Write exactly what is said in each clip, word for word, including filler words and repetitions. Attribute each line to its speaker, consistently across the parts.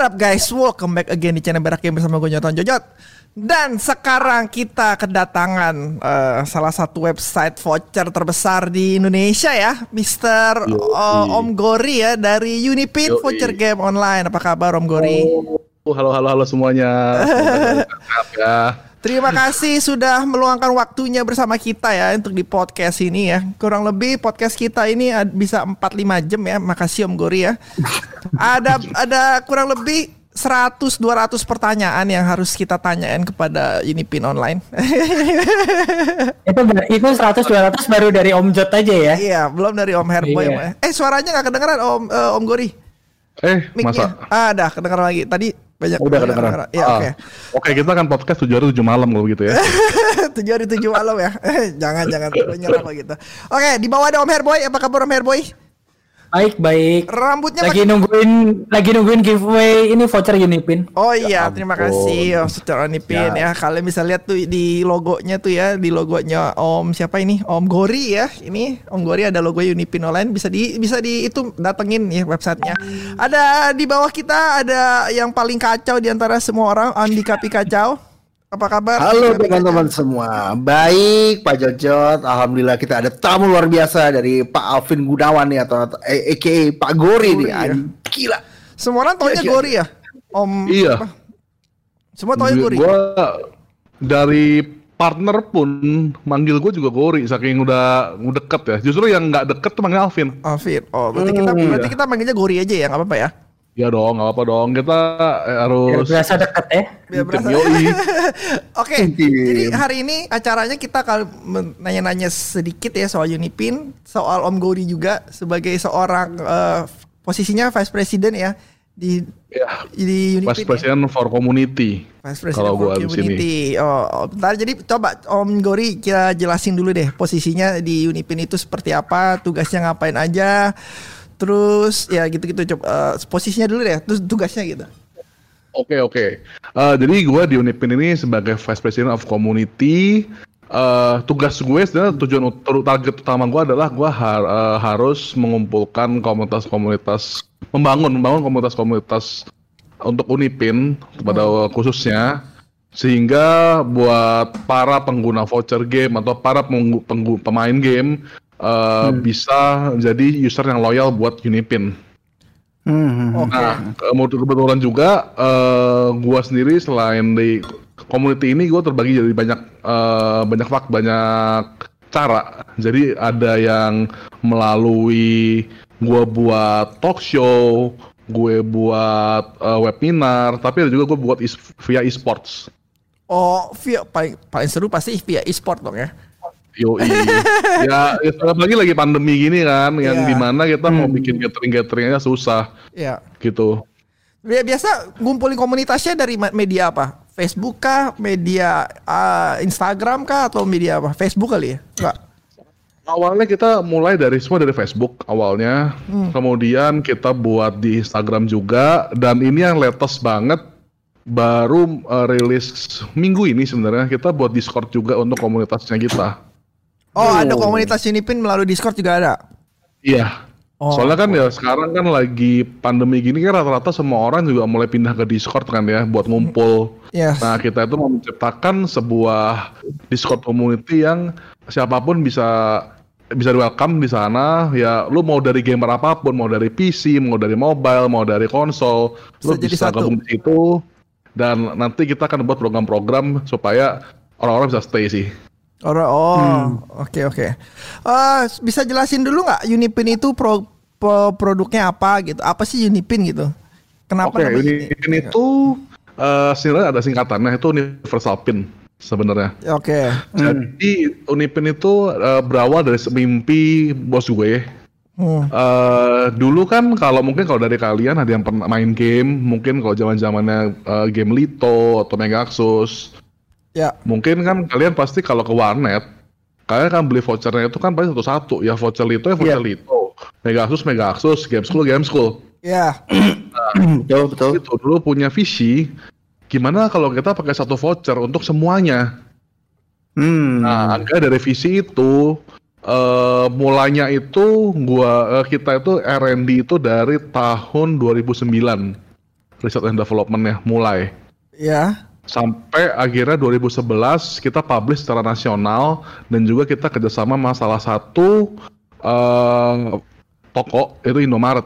Speaker 1: What up guys, welcome back again di channel Berak Game bersama gue Nyoton Jojot. Dan sekarang kita kedatangan uh, salah satu website voucher terbesar di Indonesia ya, Mister Uh, Om Gori ya, dari Unipin Yoi. Voucher Game Online. Apa kabar Om Gori?
Speaker 2: Oh, halo halo halo semuanya. ya.
Speaker 1: Terima kasih sudah meluangkan waktunya bersama kita ya untuk di podcast ini ya. Kurang lebih podcast kita ini bisa empat lima jam ya. Makasih Om Gori ya. Ada ada kurang lebih seratus dua ratus pertanyaan yang harus kita tanyain kepada Unipin Online.
Speaker 3: itu itu seratus dua ratus baru dari Om Jot aja ya.
Speaker 1: Iya, belum dari Om Herboy.
Speaker 3: Iya.
Speaker 1: Eh, suaranya enggak kedengeran Om uh, Om Gori.
Speaker 2: Eh,
Speaker 1: Mic-nya.
Speaker 2: masa?
Speaker 1: Ah, dah kedengeran lagi. Tadi banyak
Speaker 2: udah kedengeran.
Speaker 1: Ya,
Speaker 2: ah.
Speaker 1: oke. Okay.
Speaker 2: Oke, kita kan podcast tujuh hari tujuh malam kalau gitu ya.
Speaker 1: tujuh hari tujuh malam ya. jangan jangan menyerah kok gitu. Oke, di bawah ada Om Herboy. Apa kabar Om Herboy?
Speaker 3: Baik, baik.
Speaker 1: Rambutnya
Speaker 3: lagi
Speaker 1: pakai...
Speaker 3: nungguin lagi nungguin giveaway ini voucher Unipin.
Speaker 1: Oh iya, terima kasih oh, secara Unipin ya. ya. Kalian bisa lihat tuh di logonya tuh ya, di logonya Om siapa ini? Om Gori ya. Ini Om Gori ada logo Unipin Online, bisa di bisa di itu datengin ya websitenya. Ada di bawah kita ada yang paling kacau di antara semua orang, Andika Pi Kacau. Apa kabar?
Speaker 4: Halo teman-teman semua. Baik Pak Jojot. Alhamdulillah kita ada tamu luar biasa dari Pak Alvin Gunawan nih atau A K A Pak Gori, Gori nih. Ya. Gila.
Speaker 1: Semua orang taunya
Speaker 4: Gila,
Speaker 1: Gori ya? Om
Speaker 2: Iya.
Speaker 1: Apa? Semua taunya Gori.
Speaker 2: Gua dari partner pun manggil gue juga Gori saking udah deket ya. Justru yang nggak deket tuh manggil Alvin.
Speaker 1: Alvin. Oh, berarti kita
Speaker 4: Hmm,
Speaker 1: berarti
Speaker 2: iya.
Speaker 1: kita manggilnya Gori aja ya, nggak apa-apa ya?
Speaker 2: Ya dong, nggak apa dong. Kita harus
Speaker 3: Biar berasa deket ya.
Speaker 1: Biar berasa. Oke, jadi hari ini acaranya kita akan nanya-nanya sedikit ya soal Unipin, soal Om Gori juga sebagai seorang uh, posisinya Vice President ya di
Speaker 2: ya,
Speaker 1: di Unipin.
Speaker 2: Vice President ya? for Community.
Speaker 1: Vice President for Community. Oh, bentar, jadi coba Om Gori kita jelasin dulu deh posisinya di Unipin itu seperti apa, tugasnya ngapain aja. Terus ya gitu-gitu coba uh, posisinya dulu deh, terus tugasnya gitu.
Speaker 2: Oke oke. Uh, jadi gue di Unipin ini sebagai Vice President of Community. Uh, tugas gue sebenarnya tujuan ut- target utama gue adalah gue har- uh, harus mengumpulkan komunitas-komunitas, membangun membangun komunitas-komunitas untuk Unipin pada hmm. khususnya, sehingga buat para pengguna voucher game atau para penggu- penggu- pemain game Uh, hmm. bisa jadi user yang loyal buat Unipin.
Speaker 4: Hmm.
Speaker 1: Okay.
Speaker 2: Nah, kebetulan juga uh, gua sendiri selain di community ini gua terbagi jadi banyak uh, banyak fak banyak cara. Jadi ada yang melalui gua buat talk show, gue buat uh, webinar, tapi ada juga gua buat is- via e-sports.
Speaker 1: Oh, via paling paling seru pasti via e-sport dong ya.
Speaker 2: Yoi. ya, ya lagi lagi pandemi gini kan, yang
Speaker 1: yeah.
Speaker 2: dimana kita hmm. mau bikin gathering-gatheringnya susah,
Speaker 1: yeah.
Speaker 2: gitu.
Speaker 1: Biasa ngumpulin komunitasnya dari media apa? Facebook kah? Media uh, Instagram kah? Atau media apa? Facebook kali ya? Enggak.
Speaker 2: Awalnya kita mulai dari semua dari Facebook awalnya, hmm. kemudian kita buat di Instagram juga, dan ini yang latest banget. Baru uh, rilis minggu ini sebenarnya kita buat Discord juga untuk komunitasnya kita.
Speaker 1: Oh, oh, ada komunitas Unipin melalui Discord juga ada?
Speaker 2: Iya. Oh. Soalnya kan ya sekarang kan lagi pandemi gini kan rata-rata semua orang juga mulai pindah ke Discord kan ya buat ngumpul.
Speaker 1: Yes.
Speaker 2: Nah kita itu mau menciptakan sebuah Discord community yang siapapun bisa bisa welcome di sana. Ya lu mau dari gamer apapun, mau dari P C, mau dari mobile, mau dari konsol, lu bisa, bisa gabung di situ. Dan nanti kita akan buat program-program supaya orang-orang bisa stay sih.
Speaker 1: Oh, oh, hmm. oke oke. Uh, bisa jelasin dulu nggak Unipin itu pro, pro, produknya apa gitu? Apa sih Unipin gitu? Kenapa?
Speaker 2: Oke, okay, Unipin ini? itu uh, sebenarnya ada singkatannya, itu Universal Pin sebenarnya.
Speaker 1: Oke. Okay.
Speaker 2: Jadi hmm. Unipin itu uh, berawal dari mimpi bos gue. Hmm. Uh, dulu kan kalau mungkin kalau dari kalian ada yang pernah main game, mungkin kalau zaman-zamannya uh, game Lito atau Megaxus.
Speaker 1: Ya.
Speaker 2: Mungkin kan kalian pasti kalau ke warnet, kalian kan beli vouchernya itu kan pasti satu-satu. Ya voucher Lito ya voucher yeah. Lito. Megaxus, Megaxus, Game School, Game School.
Speaker 1: Ya.
Speaker 2: Yeah. Nah, betul, betul. Itu dulu punya visi, gimana kalau kita pakai satu voucher untuk semuanya. Hmm. Nah, agak dari visi itu, uh, mulanya itu gua uh, kita itu R and D itu dari tahun dua ribu sembilan. research and development-nya mulai.
Speaker 1: Ya.
Speaker 2: Sampai akhirnya dua ribu sebelas kita publish secara nasional dan juga kita kerjasama sama salah satu uh, toko itu Indomaret.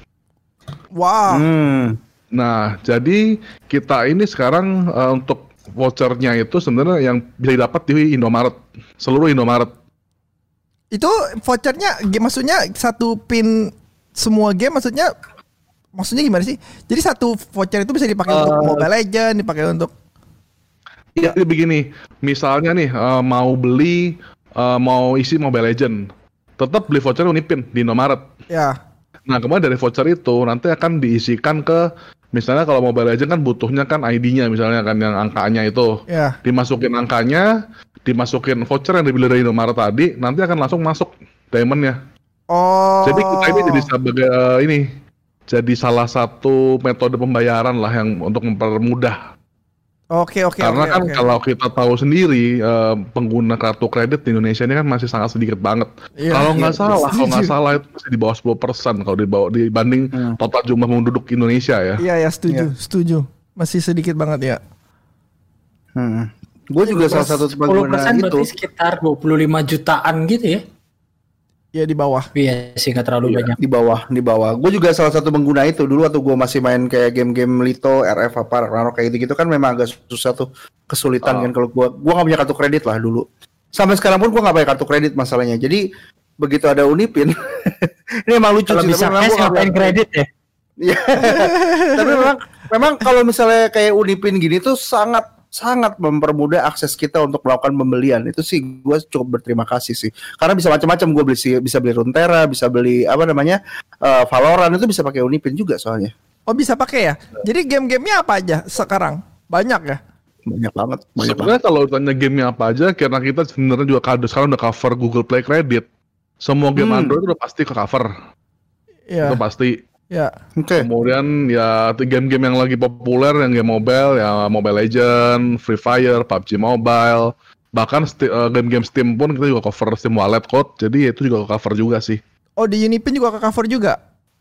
Speaker 1: Wow.
Speaker 4: Hmm.
Speaker 2: Nah, jadi kita ini sekarang uh, untuk vouchernya itu sebenarnya yang bisa didapat di Indomaret, seluruh Indomaret.
Speaker 1: Itu vouchernya, maksudnya satu pin semua game, maksudnya maksudnya gimana sih? Jadi satu voucher itu bisa dipakai uh, untuk Mobile Legends, dipakai untuk
Speaker 2: ya begini, misalnya nih uh, mau beli, uh, mau isi Mobile Legends, tetap beli voucher Unipin di Indomaret.
Speaker 1: Ya.
Speaker 2: Nah, kemudian dari voucher itu nanti akan diisikan ke, misalnya kalau Mobile Legends kan butuhnya kan I D-nya misalnya kan yang angkanya itu.
Speaker 1: Ya.
Speaker 2: Dimasukin angkanya, dimasukin voucher yang dibeli dari Indomaret tadi, nanti akan langsung masuk diamond-nya.
Speaker 1: Oh.
Speaker 2: Jadi kita ini jadi sebagai uh, ini jadi salah satu metode pembayaran lah yang untuk mempermudah.
Speaker 1: Oke oke.
Speaker 2: Karena
Speaker 1: oke,
Speaker 2: kan
Speaker 1: oke.
Speaker 2: kalau kita tahu sendiri uh, pengguna kartu kredit di Indonesia ini kan masih sangat sedikit banget.
Speaker 1: Iya,
Speaker 2: kalau nggak
Speaker 1: iya,
Speaker 2: salah, kalau nggak
Speaker 1: setuju.
Speaker 2: salah itu masih di bawah sepuluh persen kalau di bawah dibanding
Speaker 4: Hmm.
Speaker 2: total jumlah penduduk Indonesia ya.
Speaker 1: Iya ya, setuju,
Speaker 4: Iya.
Speaker 1: setuju. Masih sedikit banget ya.
Speaker 4: Hmm. Gue juga salah satu
Speaker 3: sepuluh
Speaker 4: pengguna
Speaker 3: persen
Speaker 4: itu.
Speaker 3: berarti sekitar dua puluh lima jutaan gitu ya.
Speaker 1: Ya di bawah.
Speaker 3: Iya sih, nggak terlalu
Speaker 2: Iya.
Speaker 3: banyak.
Speaker 4: Di bawah, di bawah. Gue juga salah satu pengguna itu dulu waktu gue masih main kayak game-game Lito, R F apa, Ragnarok kayak gitu-gitu kan memang agak susah tuh, kesulitan
Speaker 2: Oh.
Speaker 4: kan kalau gue. Gue nggak punya kartu kredit lah dulu. Sampai sekarang pun gue nggak pakai kartu kredit masalahnya. Jadi begitu ada Unipin, ini emang lucu
Speaker 3: Kalau
Speaker 4: sih.
Speaker 3: bisa
Speaker 4: tapi memang
Speaker 3: cash
Speaker 4: gua nggak
Speaker 3: ngapain
Speaker 4: pakai-
Speaker 3: kredit ya?
Speaker 4: Iya. Tapi memang, memang kalau misalnya kayak Unipin gini tuh sangat sangat mempermudah akses kita untuk melakukan pembelian. Itu sih gue cukup berterima kasih sih. Karena bisa macam-macam, gue beli bisa beli Runeterra, bisa beli apa namanya uh, Valorant, itu bisa pakai Unipin juga soalnya.
Speaker 1: Oh bisa pakai ya. Jadi game-gamenya apa aja sekarang? Banyak ya.
Speaker 4: Banyak banget, banyak banget.
Speaker 2: Sebenarnya kalau tanya gamenya apa aja, karena kita sebenarnya juga kado sekarang udah cover Google Play Credit. Semua game
Speaker 4: Hmm.
Speaker 2: Android udah pasti ke cover,
Speaker 1: Iya.
Speaker 2: itu pasti.
Speaker 1: Ya.
Speaker 4: Oke.
Speaker 2: Kemudian ya game-game yang lagi populer, yang game mobile, ya Mobile Legends, Free Fire, P U B G Mobile, bahkan sti- eh, game-game Steam pun kita juga cover Steam Wallet Code, jadi itu juga cover juga sih.
Speaker 1: Oh di Unipin juga ke cover juga.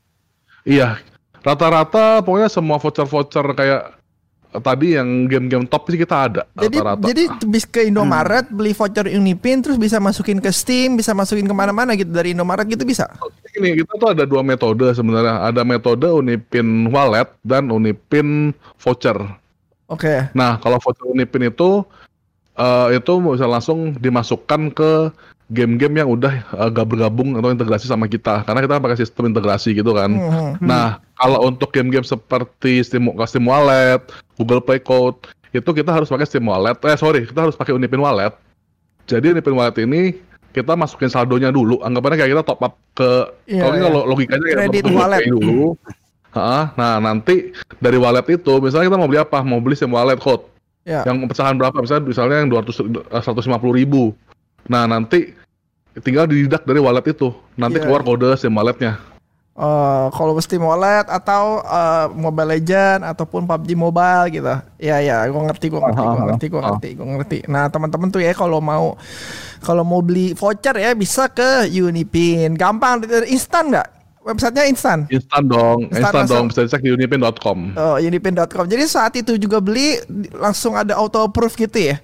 Speaker 2: Iya, rata-rata pokoknya semua voucher-voucher kayak eh, tadi yang game-game top sih kita ada
Speaker 1: Jadi
Speaker 2: rata-rata.
Speaker 1: jadi bisa ke Indomaret beli voucher Unipin terus bisa masukin ke Steam, bisa masukin kemana-mana gitu dari Indomaret gitu bisa.
Speaker 2: Ini kita tuh ada dua metode sebenarnya. Ada metode Unipin Wallet dan Unipin Voucher.
Speaker 1: Oke.
Speaker 2: Nah, kalau voucher Unipin itu eh, itu bisa langsung dimasukkan ke game-game yang udah eh, bergabung atau integrasi sama kita. Karena kita pakai sistem integrasi gitu kan.
Speaker 1: Hmm.
Speaker 2: Nah, kalau untuk game-game seperti Steam, Steam Wallet, Google Play Code, itu kita harus pakai Steam Wallet. Eh sorry, kita harus pakai Unipin Wallet. Jadi Unipin Wallet ini kita masukin saldonya dulu. Anggapannya kayak kita top up ke,
Speaker 1: Iya,
Speaker 2: kalau ini
Speaker 1: iya.
Speaker 2: kalau logikanya kayak
Speaker 1: Kredit
Speaker 2: Google
Speaker 1: wallet.
Speaker 2: Pay dulu. Ha, nah nanti dari wallet itu, misalnya kita mau beli apa? Mau beli Steam Wallet Code.
Speaker 1: Ya.
Speaker 2: Yang pecahan berapa? Misalnya, misalnya yang dua ratus, seratus lima puluh ribu. Nah nanti tinggal dideduct dari wallet itu. Nanti
Speaker 1: Iya.
Speaker 2: keluar kode Steam Walletnya.
Speaker 1: Eh, kalau Steam Wallet atau eh, Mobile Legend ataupun P U B G Mobile gitu. Ya ya, gue ngerti, gue ngerti, gue ngerti, gue ngerti, gue ngerti. Nah teman-teman tuh ya kalau mau kalau mau beli voucher ya bisa ke Unipin. Gampang, instan nggak? Websitenya instan.
Speaker 2: Instan dong,
Speaker 1: Instan
Speaker 2: instan
Speaker 1: langsung.
Speaker 2: dong. Bisa dicek di unipin dot com.
Speaker 1: Oh, unipin dot com. Jadi saat itu juga beli langsung ada auto approve gitu ya.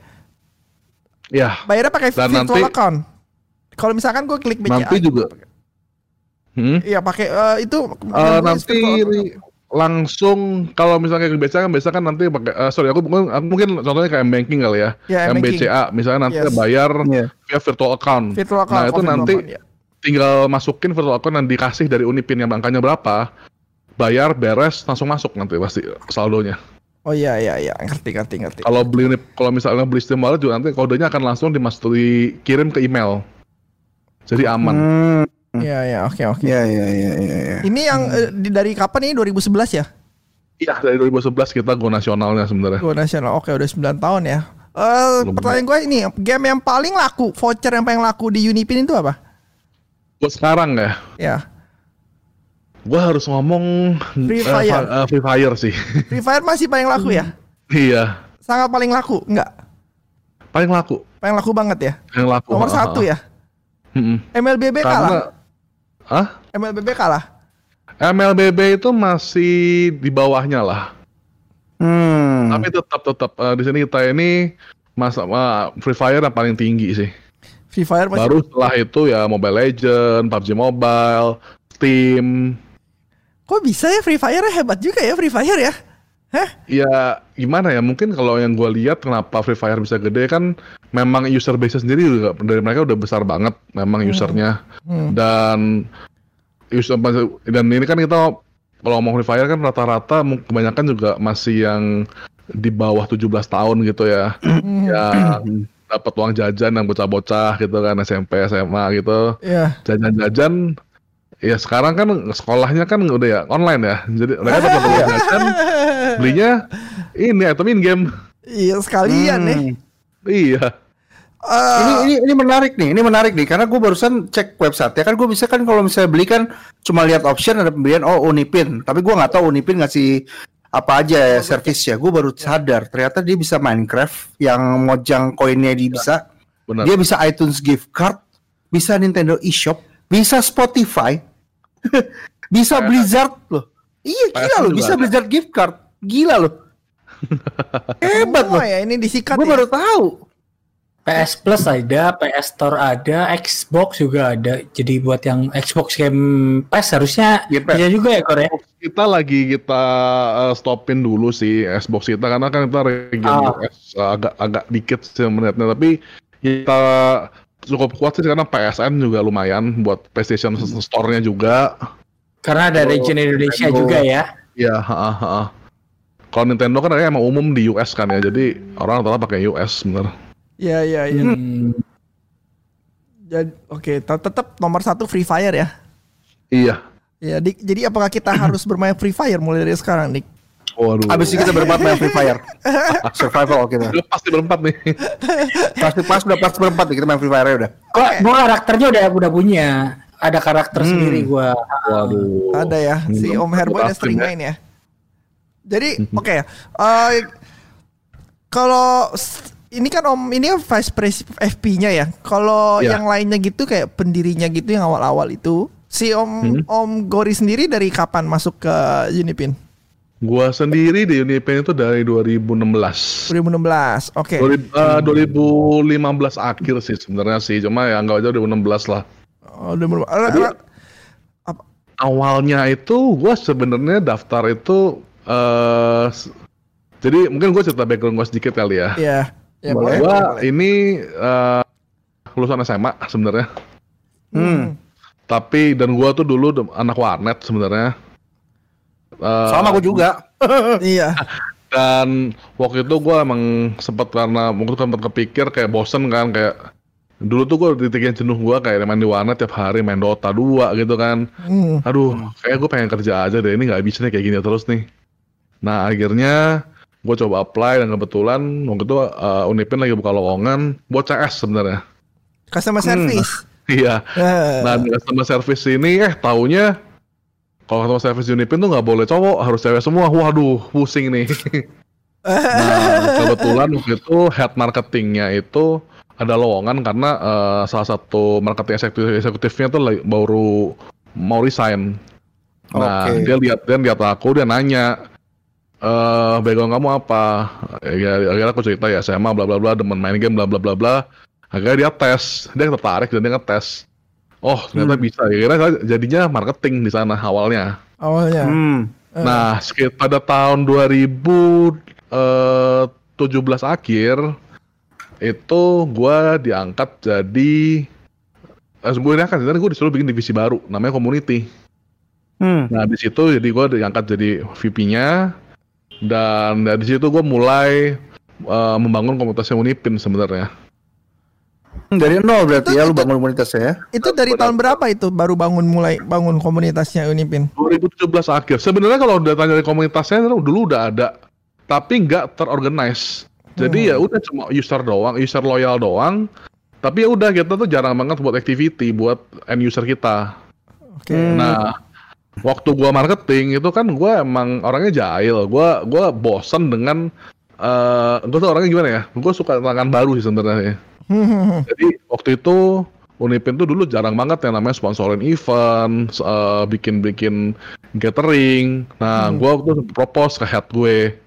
Speaker 2: Ya.
Speaker 1: Bayarnya pakai
Speaker 2: Dan
Speaker 1: virtual
Speaker 2: nanti-
Speaker 1: account. Kalau misalkan gue klik B C A.
Speaker 2: Nanti juga. Hmm?
Speaker 1: Iya pakai eh, itu.
Speaker 2: Eh, nanti langsung kalau misalnya kayak biasa kan biasa kan nanti pakai eh, sorry aku, mungkin- aku mungkin contohnya kayak M-banking kali ya,
Speaker 1: Ya,
Speaker 2: M B
Speaker 1: M-banking.
Speaker 2: C A misalnya nanti
Speaker 1: Yes.
Speaker 2: bayar
Speaker 4: Iya.
Speaker 2: via virtual account.
Speaker 1: Virtual account.
Speaker 2: Nah
Speaker 1: oh,
Speaker 2: itu
Speaker 1: virtual
Speaker 2: nanti
Speaker 1: account, ya.
Speaker 2: tinggal masukin virtual account yang dikasih dari Unipin yang angkanya berapa, bayar beres langsung masuk nanti pasti saldonya.
Speaker 1: Oh iya iya iya, ngerti ngerti ngerti.
Speaker 2: Kalau beli kalau misalnya beli Steam Wallet juga nanti kodenya akan langsung dimasuk dikirim ke email, jadi aman.
Speaker 4: Hmm.
Speaker 1: Iya iya, oke oke.
Speaker 4: Iya iya iya iya. iya.
Speaker 1: Ini yang eh, di, dari kapan ini? dua ribu sebelas ya?
Speaker 2: Iya dari dua ribu sebelas kita go nasionalnya sebenarnya.
Speaker 1: Go nasional. Oke, udah sembilan tahun ya. Eh
Speaker 2: Belum.
Speaker 1: pertanyaan gue ini, game yang paling laku, voucher yang paling laku di Unipin itu apa?
Speaker 2: Buat sekarang ya,
Speaker 1: Ya,
Speaker 2: gue harus ngomong
Speaker 1: Free
Speaker 2: eh,
Speaker 1: Fire.
Speaker 2: fa- eh, Free Fire sih.
Speaker 1: Free Fire masih paling laku ya?
Speaker 2: Iya,
Speaker 1: Sangat paling laku, enggak?
Speaker 2: paling laku,
Speaker 1: Paling laku banget ya?
Speaker 2: yang laku.
Speaker 1: Nomor
Speaker 2: Ha,
Speaker 1: satu
Speaker 2: ha.
Speaker 1: ya?
Speaker 2: Mm-mm.
Speaker 1: M L B B
Speaker 2: Karena,
Speaker 1: kalah?
Speaker 2: ah,
Speaker 1: M L B B kalah?
Speaker 2: M L B B itu masih di bawahnya lah.
Speaker 4: Hmm.
Speaker 2: Tapi tetap tetap uh, di sini kita ini masa uh, Free Fire yang paling tinggi sih.
Speaker 1: Free Fire masih...
Speaker 2: Baru setelah itu ya Mobile Legends, P U B G Mobile, Steam.
Speaker 1: Kok bisa ya Free Fire hebat juga ya Free Fire ya? Hah?
Speaker 2: Ya gimana ya, mungkin kalau yang gue lihat kenapa Free Fire bisa gede kan memang user base sendiri juga dari mereka udah besar banget memang hmm. usernya hmm. dan user dan ini kan kita kalau ngomong Free Fire kan rata-rata kebanyakan juga masih yang di bawah tujuh belas tahun gitu ya hmm. yang dapat uang jajan yang bocah-bocah gitu kan S M P S M A gitu yeah. jajan-jajan. Ya sekarang kan sekolahnya kan udah ya online ya, jadi mereka dapat uang jajan, belinya ini item in game.
Speaker 1: Iya sekalian nih.
Speaker 2: Hmm. Iya.
Speaker 4: Uh, ini ini ini menarik nih, ini menarik nih karena gue barusan cek website ya kan gue bisa kan kalau misalnya beli kan cuma lihat option ada pembelian oh Unipin, tapi gue nggak tahu Unipin ngasih apa aja ya service ya. Gue baru sadar ternyata dia bisa Minecraft yang mojang koinnya dia bisa,
Speaker 2: benar. Dia
Speaker 4: bisa iTunes gift card, bisa Nintendo eShop, bisa Spotify. Bisa Blizzard loh. Iya gila loh, bisa Blizzard gift card. Gila loh. Hebat loh.
Speaker 1: Ya ini disikat.
Speaker 4: Gue
Speaker 1: ya?
Speaker 4: baru tahu.
Speaker 3: P S Plus ada, P S Store ada, Xbox juga ada. Jadi buat yang Xbox Game Pass harusnya bisa juga ya Korea.
Speaker 2: Kita lagi kita uh, stopin dulu sih Xbox kita karena kan kita region ah. U S uh, agak agak dikit sih menitnya, tapi kita cukup kuat sih karena P S N juga lumayan buat PlayStation Store-nya juga.
Speaker 3: Karena ada region Indonesia Nintendo juga ya.
Speaker 2: Iya, heeh heeh. Kalau Nintendo kan emang umum di U S kan ya, jadi orang rata-rata pakai U S bener.
Speaker 1: Iya iya iya.
Speaker 3: Hmm.
Speaker 1: Jadi oke, okay, tetap nomor satu Free Fire ya.
Speaker 2: Iya.
Speaker 1: Ya, Dik, jadi apakah kita harus bermain Free Fire mulai dari sekarang, Dik?
Speaker 2: Waduh.
Speaker 4: Abis ini kita berempat main Free Fire. Survival kita.
Speaker 2: Udah pasti berempat nih.
Speaker 4: Pasti pas udah pas berempat nih kita main Free Fire udah.
Speaker 3: Kok gua karakternya udah udah punya. Ada karakter hmm. sendiri gua.
Speaker 2: Waduh.
Speaker 1: Ada ya. Si Om Herboy udah sering main ya. Jadi oke okay, uh, kalau ini kan Om ini kan vice president F P-nya ya. Kalau ya. Yang lainnya gitu kayak pendirinya gitu yang awal-awal itu, si Om hmm. Om Gori sendiri dari kapan masuk ke Unipin?
Speaker 2: Gua sendiri di Unipin itu dari dua ribu enam belas.
Speaker 1: dua ribu enam belas, oke. Okay.
Speaker 2: Uh, dua ribu lima belas akhir sih sebenarnya sih, cuma ya nggak jauh dua ribu enam belas lah.
Speaker 1: Oh, dua ribu enam belas.
Speaker 2: Jadi, apa? Awalnya itu gua sebenarnya daftar itu, uh, jadi mungkin gua cerita background gua sedikit kali ya.
Speaker 1: Iya. Ya,
Speaker 2: boleh. Gua boleh. Ini uh, lulusan S M A sebenarnya.
Speaker 1: Hmm.
Speaker 2: Tapi dan gua tuh dulu anak warnet sebenarnya. Uh,
Speaker 4: Sama gue juga.
Speaker 1: Iya.
Speaker 2: Dan waktu itu gue emang sempet karena mungkin sempat kepikir kayak bosen kan, kayak dulu tuh gue ditikin jenuh gue kayak main di warnet tiap hari main Dota dua gitu kan. Hmm. Aduh, kayak gue pengen kerja aja deh, ini nggak bisa nih kayak gini terus nih. Nah akhirnya gue coba apply dan kebetulan waktu itu uh, Unipin lagi buka lowongan buat C S sebenarnya.
Speaker 1: Customer service.
Speaker 2: Hmm. Iya. Uh. Nah di customer service ini eh taunya kalau customer service Unipin tuh nggak boleh cowok, harus cewek semua. Waduh, pusing nih. Nah, kebetulan waktu itu head marketingnya itu ada lowongan karena uh, salah satu marketing eksekutif eksekutifnya tuh like, baru mau resign. Nah, okay. dia lihat dia lihat aku, dia nanya, eh background kamu apa? Ya, akhirnya aku cerita ya, saya mah bla bla bla, demen main game bla bla bla bla. Akhirnya dia tes, dia tertarik dan dia ngetes. Oh ternyata hmm. bisa, ya jadinya marketing di sana awalnya.
Speaker 1: Awalnya.
Speaker 2: Hmm. Nah, sekitar pada tahun dua ribu tujuh belas akhir itu gue diangkat jadi, eh, gue diangkat jadi gue disuruh bikin divisi baru, namanya community. Hmm. Nah di situ jadi gue diangkat jadi V P-nya dan dari situ gue mulai uh, membangun komunitasnya Unipin sebenarnya.
Speaker 4: Dari nol berarti itu, ya lu bangun komunitasnya ya?
Speaker 1: Itu dari tahun berapa itu baru bangun mulai bangun komunitasnya Unipin?
Speaker 2: dua ribu tujuh belas akhir. Sebenarnya kalau udah tanya dari komunitasnya dulu udah ada, tapi nggak terorganize. Jadi hmm. ya udah cuma user doang, user loyal doang. Tapi ya udah kita tuh jarang banget buat activity buat end user kita. Oke. Okay. Nah, waktu gua marketing itu kan gua emang orangnya jahil. Gua gua bosen dengan uh, gua tuh orangnya gimana ya? Gua suka tantangan baru sih sebenarnya. Jadi waktu itu Unipin tuh dulu jarang banget yang namanya sponsorin event, uh, bikin-bikin gathering. Nah, hmm. gue waktu itu propose ke head gue,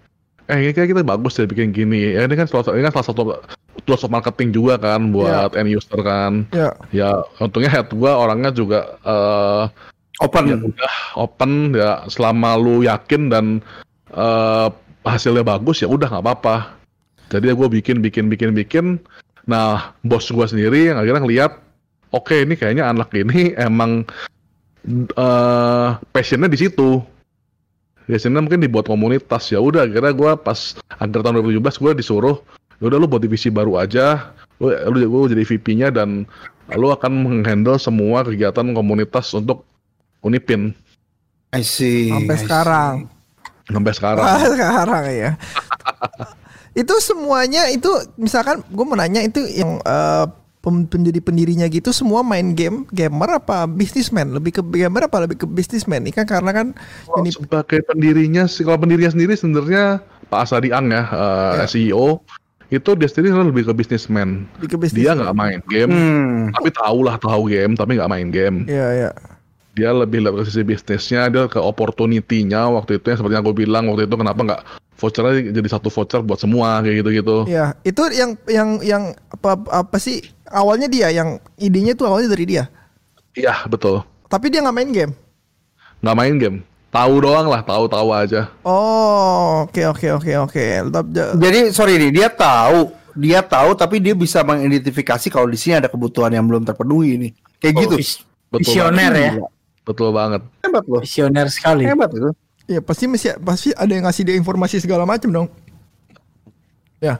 Speaker 2: eh ini kayak kita bagus ya bikin gini. Ya ini kan salah, ini kan salah satu tools of marketing juga kan buat yeah. end user kan.
Speaker 1: Yeah.
Speaker 2: Ya untungnya head gua orangnya juga uh,
Speaker 4: open,
Speaker 2: ya udah open ya selama lu yakin dan uh, hasilnya bagus ya udah nggak apa-apa. Jadi gue bikin bikin bikin bikin. Nah bos gua sendiri yang akhirnya ngeliat, oke okay, ini kayaknya anak ini emang uh, passionnya di situ. Biasanya mungkin dibuat komunitas ya udah akhirnya gue pas akhir tahun dua ribu tujuh belas gue disuruh ya udah lu buat divisi baru aja, lu lu, lu jadi V P-nya dan lu akan menghandle semua kegiatan komunitas untuk Unipin.
Speaker 4: I see.
Speaker 1: Sampai
Speaker 4: I
Speaker 1: sekarang.
Speaker 2: See. Sampai sekarang.
Speaker 1: Ah, sekarang ya. Itu semuanya itu misalkan gue mau nanya itu yang uh, pendiri-pendirinya gitu semua main game, gamer apa bisnismen? Lebih ke gamer apa lebih ke bisnismen? Ini kan karena kan
Speaker 2: oh,
Speaker 1: ini
Speaker 2: sebagai pendirinya sih, kalau pendirinya sendiri sebenarnya Pak Asadi Ang ya, uh, ya. C E O itu dia sendiri lebih ke bisnismen. Dia nggak main game, hmm. tapi tahu lah tahu game, tapi nggak main game.
Speaker 1: Iya iya.
Speaker 2: Dia lebih lebih ke sisi bisnisnya, dia ke opportunity-nya waktu itu yang seperti yang aku bilang waktu itu kenapa nggak vouchernya jadi satu voucher buat semua kayak gitu-gitu.
Speaker 1: Iya, itu yang yang yang apa apa sih awalnya dia yang idenya tuh awalnya dari dia.
Speaker 2: Iya betul.
Speaker 1: Tapi dia nggak main game.
Speaker 2: Nggak main game, tahu doang lah, tahu-tahu aja.
Speaker 1: Oh, oke oke oke oke.
Speaker 4: Jadi sorry nih, dia tahu, dia tahu tapi dia bisa mengidentifikasi kalau di sini ada kebutuhan yang belum terpenuhi nih. Kayak oh, gitu.
Speaker 3: Betul visioner banget. Ya.
Speaker 2: Betul banget.
Speaker 4: Hebat loh.
Speaker 3: Visioner sekali.
Speaker 4: Hebat itu.
Speaker 1: Ya pasti mesti pasti ada yang ngasih dia informasi segala macam dong. Ya.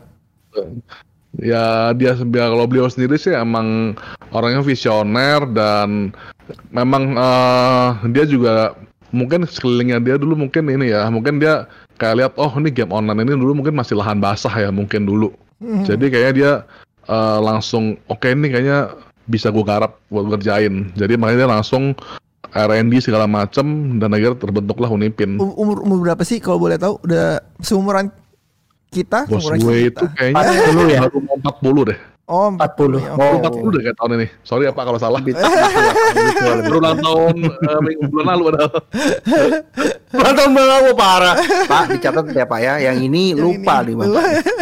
Speaker 2: Ya dia kalau beliau sendiri sih emang orangnya visioner dan memang uh, dia juga mungkin sekelilingnya dia dulu mungkin ini ya mungkin dia kayak lihat oh ini game online ini dulu mungkin masih lahan basah ya mungkin dulu. Hmm. Jadi kayaknya dia uh, langsung oke okay, ini kayaknya bisa gue garap buat ngerjain. Jadi makanya dia langsung R and D segala macem dan akhirnya terbentuklah Unipin.
Speaker 1: Umur umur berapa sih kalau boleh tahu? Udah seumuran kita?
Speaker 2: Bos gue itu kayaknya empat puluh ya? Baru mau empat puluh deh.
Speaker 1: Oh empat puluh.
Speaker 2: Oh empat puluh deh kayak tahun ini. Sorry ya Pak kalau salah. Baru ulang tahun uh, minggu bulan lalu padahal.
Speaker 4: Ulang tahun bulan lalu parah. Pak dicatat ya Pak ya. Yang ini yang lupa nih Pak.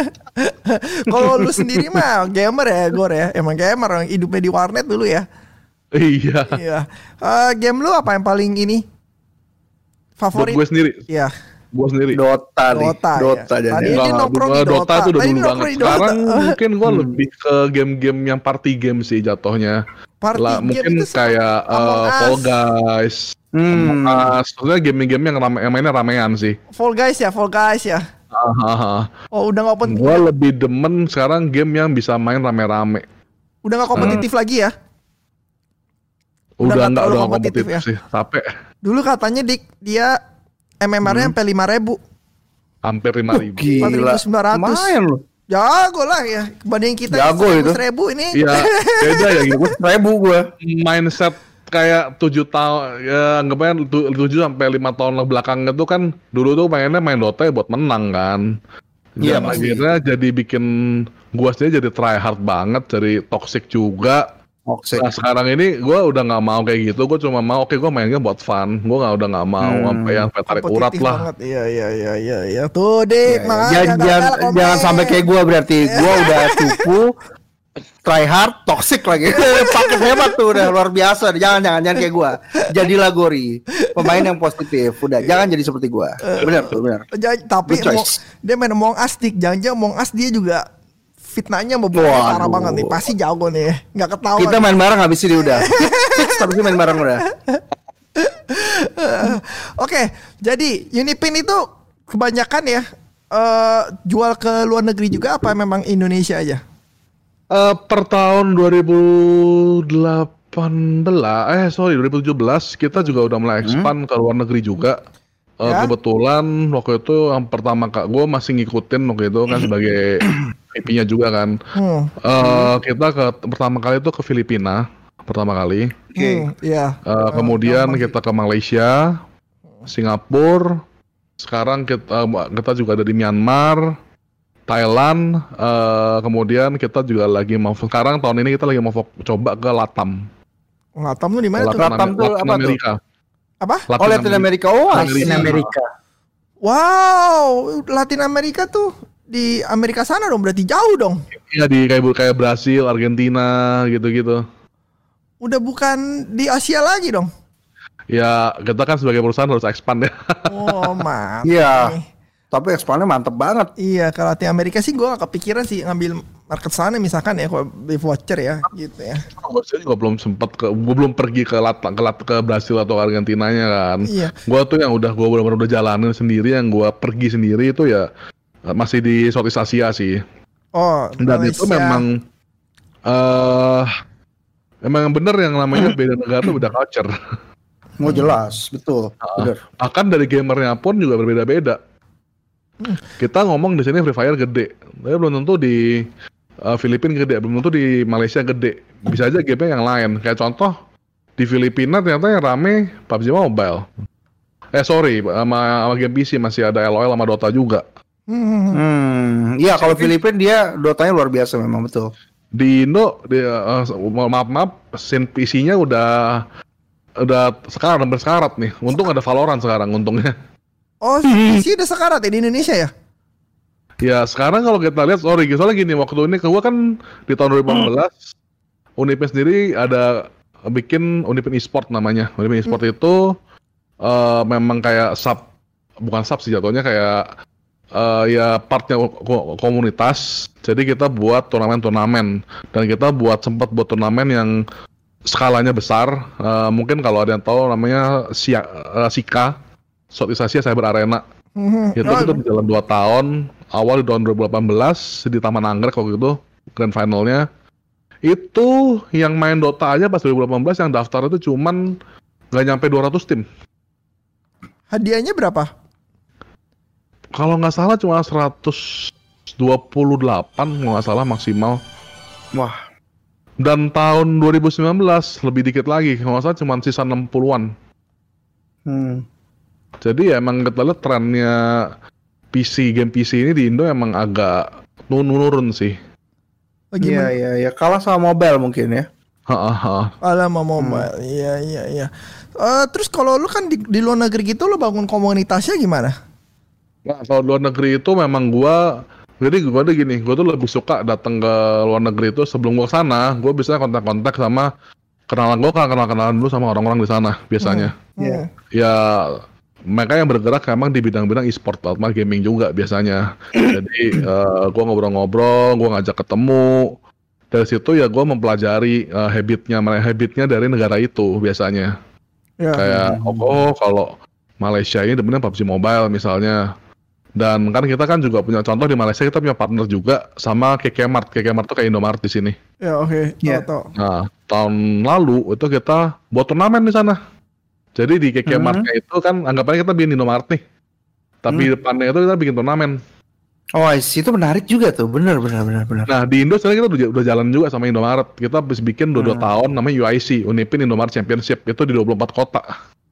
Speaker 1: Kalau lu sendiri mah gamer ya Gor ya. Emang gamer hidupnya di warnet dulu ya.
Speaker 2: Iya.
Speaker 1: Iya. Uh, game lu apa yang paling ini favorit?
Speaker 2: Buat gue sendiri.
Speaker 1: Iya.
Speaker 2: Gue sendiri.
Speaker 4: Dota nih.
Speaker 1: Dota.
Speaker 4: Dota
Speaker 1: ya. Tadi
Speaker 2: ini
Speaker 1: nongkrong di Dota.
Speaker 2: Dota itu udah
Speaker 1: Tadi
Speaker 2: dulu banget. Sekarang mungkin gue hmm. lebih ke game-game yang party game sih jatuhnya.
Speaker 1: Party
Speaker 2: lah,
Speaker 1: game
Speaker 2: mungkin
Speaker 1: itu
Speaker 2: kayak uh, Fall Guys. Hmm. Uh, sebenarnya game-game yang, rame, yang mainnya ramean sih.
Speaker 1: Fall Guys ya, Fall Guys ya.
Speaker 2: Uh,
Speaker 1: oh udah nggak open.
Speaker 2: Gue lebih demen sekarang game yang bisa main rame-rame.
Speaker 1: Udah nggak kompetitif hmm. lagi ya?
Speaker 2: Udah, udah nggak udah kompetitif ya? Sih, capek.
Speaker 1: Dulu katanya dik dia M M R-nya sampai lima ribu.
Speaker 2: Hampir lima ribu.
Speaker 1: Empat ribu sembilan ratus.
Speaker 4: Lumayan loh.
Speaker 1: Jago lah ya. Kebanding kita
Speaker 4: jago itu.
Speaker 1: Seribu ini.
Speaker 2: Iya. Beda ya gitu.
Speaker 4: Seribu gue.
Speaker 2: Mindset kayak tujuh tahun ya anggapnya tujuh sampai lima tahun belakang itu kan dulu tuh pengennya main Dota ya buat menang kan. Iya. Akhirnya jadi bikin gua sendiri jadi try hard banget, jadi toxic juga.
Speaker 4: Toxic.
Speaker 2: Nah sekarang ini gue udah nggak mau kayak gitu, gue cuma mau oke okay, gue mainnya buat fun, gue nggak udah nggak mau hmm. sampai yang tarik urat lah.
Speaker 1: Iya iya iya iya iya tuh deh,
Speaker 4: ya, jangan jangan sampai kayak gue berarti, gue udah cupu, try hard, toxic lagi, paket hebat tuh udah luar biasa, jangan jangan jangan kayak gue, jadilah Gori, pemain yang positif, udah jangan jadi seperti gue, benar tuh benar.
Speaker 1: Tapi mau, dia main Among Us, jangan-jangan Among Us dia juga fitnahnya mau parah banget nih, pasti jago nih, nggak ketahuan.
Speaker 4: Kita main bareng habis ini udah, fix habis ini main bareng udah.
Speaker 1: Oke, okay, jadi Unipin itu kebanyakan ya uh, jual ke luar negeri juga apa memang Indonesia aja?
Speaker 2: Uh, per tahun dua ribu delapan belas, eh sorry dua ribu tujuh belas kita juga udah mulai expand hmm? ke luar negeri juga. Uh, ya? Kebetulan waktu itu yang pertama kak gue masih ngikutin waktu itu kan sebagai V P-nya juga kan. Hmm. Uh, kita ke pertama kali itu ke Filipina pertama kali.
Speaker 1: Oke. Okay. Hmm, yeah.
Speaker 2: uh, kemudian uh, kita ke Malaysia, Singapura. Sekarang kita kita juga ada di Myanmar, Thailand. Uh, kemudian kita juga lagi mau sekarang tahun ini kita lagi mau coba ke Latam.
Speaker 1: Latam tuh di mana tuh?
Speaker 4: Latam tuh apa
Speaker 2: Amerika.
Speaker 4: tuh?
Speaker 1: Apa?
Speaker 4: Latin oh Latin Amerika, oh
Speaker 3: Latin Amerika.
Speaker 1: Wow, Latin Amerika tuh di Amerika sana dong, berarti jauh dong.
Speaker 2: Iya di kayak kayak Brasil, Argentina gitu-gitu.
Speaker 1: Udah bukan di Asia lagi dong.
Speaker 2: Ya kita kan sebagai perusahaan harus expand ya.
Speaker 1: Oh mantap.
Speaker 4: Iya.
Speaker 1: nih.
Speaker 4: Tapi ekspannya mantep banget.
Speaker 1: Iya, kalau Latin Amerika sih gue gak kepikiran sih ngambil market sana misalkan ya, kalau beli voucher ya, gitu ya.
Speaker 2: Gue juga belum sempat ke, gue belum pergi ke lat, ke, lat, ke Brasil atau Argentinanya kan.
Speaker 1: Iya.
Speaker 2: Gue tuh yang udah gue benar-benar udah jalanin sendiri, yang gue pergi sendiri itu ya masih di Southeast Asia sih.
Speaker 1: Oh,
Speaker 2: Dan
Speaker 1: Malaysia.
Speaker 2: itu memang eh uh, memang bener yang namanya beda negara tuh beda culture.
Speaker 4: Mau jelas, betul. Bener.
Speaker 2: Bahkan dari gamernya pun juga berbeda-beda. Kita ngomong di sini Free Fire gede, tapi belum tentu di uh, Filipina gede, belum tentu di Malaysia gede. Bisa aja game yang lain. Kayak contoh di Filipina ternyata yang rame P U B G Mobile. Eh sorry, sama, sama game P C masih ada L O L sama Dota juga.
Speaker 4: Hmm, iya kalau Filipina dia Dotanya luar biasa memang betul.
Speaker 2: Di Indo, di, uh, maaf maaf, scene P C-nya udah udah sekarat bersekarat nih. Untung ada Valorant sekarang untungnya.
Speaker 1: Oh, P C udah sekarat ya di Indonesia ya?
Speaker 2: Ya sekarang kalau kita lihat, sorry, soalnya gini, waktu ini gua kan di tahun dua ribu delapan belas Unipin sendiri ada bikin Unipin eSport namanya. Unipin eSport hmm. itu uh, memang kayak sub, bukan sub sih jatuhnya, kayak uh, ya partnya komunitas. Jadi kita buat turnamen-turnamen dan kita buat sempat buat turnamen yang skalanya besar. Uh, mungkin kalau ada yang tahu namanya Sia, uh, Sika, Southeast Asia Cyber Arena. Mm-hmm. Itu kita berjalan dua tahun. Awal di tahun dua ribu delapan belas di Taman Anggrek waktu itu grand finalnya. Itu yang main Dota aja pas dua ribu delapan belas yang daftar itu cuman nggak nyampe dua ratus tim.
Speaker 1: Hadiahnya berapa?
Speaker 2: Kalau nggak salah cuma seratus dua puluh delapan kalau nggak salah maksimal.
Speaker 4: Wah.
Speaker 2: Dan tahun dua ribu sembilan belas lebih dikit lagi, kalau nggak salah cuma sisa enam puluhan.
Speaker 4: Hmm.
Speaker 2: Jadi ya emang kita lihat trennya P C, game P C ini di Indo emang agak nurun sih.
Speaker 4: Iya, iya, iya. Kalah sama mobile mungkin ya.
Speaker 2: Hahaha.
Speaker 1: Kalah sama mobile, iya, iya, iya. Uh, terus kalau lu kan di, di luar negeri gitu, lu bangun komunitasnya gimana?
Speaker 2: Nah, kalau luar negeri itu memang gua, jadi gua ada gini, gua tuh lebih suka datang ke luar negeri itu sebelum gua kesana, gua bisa kontak-kontak sama kenalan gua, kenal-kenalan dulu sama orang-orang di sana biasanya.
Speaker 1: Iya. Hmm.
Speaker 2: Ya mereka yang bergerak memang di bidang-bidang e-sport, sama gaming juga biasanya. Jadi uh, gue ngobrol-ngobrol, gue ngajak ketemu. Dari situ ya gue mempelajari uh, habitnya, habitnya dari negara itu biasanya. Ya. Kayak oh, oh kalau Malaysia ini demennya P U B G Mobile misalnya. Dan kan kita kan juga punya contoh di Malaysia, kita punya partner juga sama K K Mart. K K Mart tuh kayak Indomaret di sini.
Speaker 1: Ya oke. Okay. Yeah.
Speaker 2: Nah tahun lalu itu kita buat turnamen di sana. Jadi di K K Mart hmm. itu kan anggapannya kita bikin Indomaret nih. Tapi hmm. depannya itu kita bikin turnamen.
Speaker 4: Oh, itu menarik juga tuh. Benar benar benar benar.
Speaker 2: Nah, di Indo sekarang kita udah, udah jalan juga sama Indomaret. Kita habis bikin dua hmm. tahun namanya U I C, Unipin Indomaret Championship. Itu di dua puluh empat kota.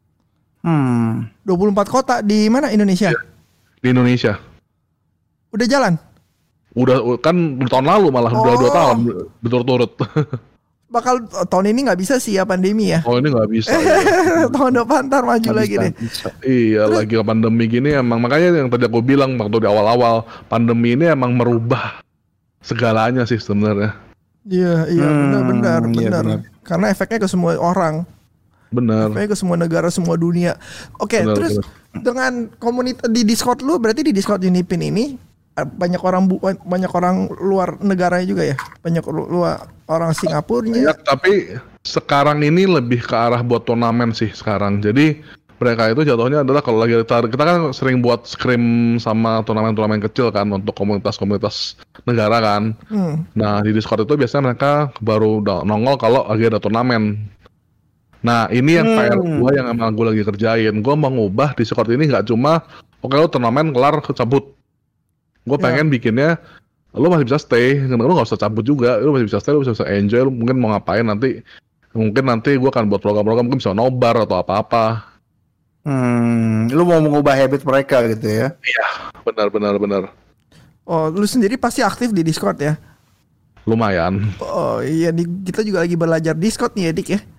Speaker 1: Hmm. dua puluh empat kota di mana Indonesia?
Speaker 2: Ya, di Indonesia.
Speaker 1: Udah jalan?
Speaker 2: Udah kan tahun lalu malah oh. udah dua tahun berturut-turut.
Speaker 1: Bakal tahun ini nggak bisa sih ya pandemi ya?
Speaker 2: Oh ini nggak bisa. Ya.
Speaker 1: Tahun depan ntar maju gak lagi bisa, deh.
Speaker 2: Bisa. Iya terus, lagi pandemi gini emang makanya yang tadi aku bilang waktu di awal-awal pandemi ini emang merubah segalanya sih sebenarnya.
Speaker 1: Iya iya hmm, benar-benar benar. Iya, benar. Karena efeknya ke semua orang.
Speaker 2: Benar.
Speaker 1: Efeknya ke semua negara semua dunia. Oke benar, terus benar. Dengan komunitas di Discord lu berarti di Discord Unipin ini banyak orang bu, banyak orang luar negara juga ya, banyak luar orang Singapurnya.
Speaker 2: Banyak, tapi sekarang ini lebih ke arah buat turnamen sih sekarang. Jadi mereka itu jatuhnya adalah kalau lagi kita kan sering buat scrim sama turnamen-turnamen kecil kan untuk komunitas-komunitas negara kan. Hmm. Nah di Discord itu biasanya mereka baru nongol kalau lagi ada turnamen. Nah ini yang hmm. P R gue yang emang gue lagi kerjain. Gue mau ngubah Discord ini nggak cuma oke lo turnamen kelar cabut. Gue pengen yeah. bikinnya, lo masih bisa stay, lo gak usah cabut juga, lo masih bisa stay, lo bisa, bisa enjoy, lo mungkin mau ngapain nanti, mungkin nanti gue akan buat program-program, mungkin bisa nobar atau apa-apa.
Speaker 4: Hmm, lo mau mengubah habit mereka gitu ya?
Speaker 2: Iya, benar-benar benar.
Speaker 1: Oh, lo sendiri pasti aktif di Discord ya?
Speaker 2: Lumayan.
Speaker 1: Oh iya, di, kita juga lagi belajar Discord nih ya Dik ya?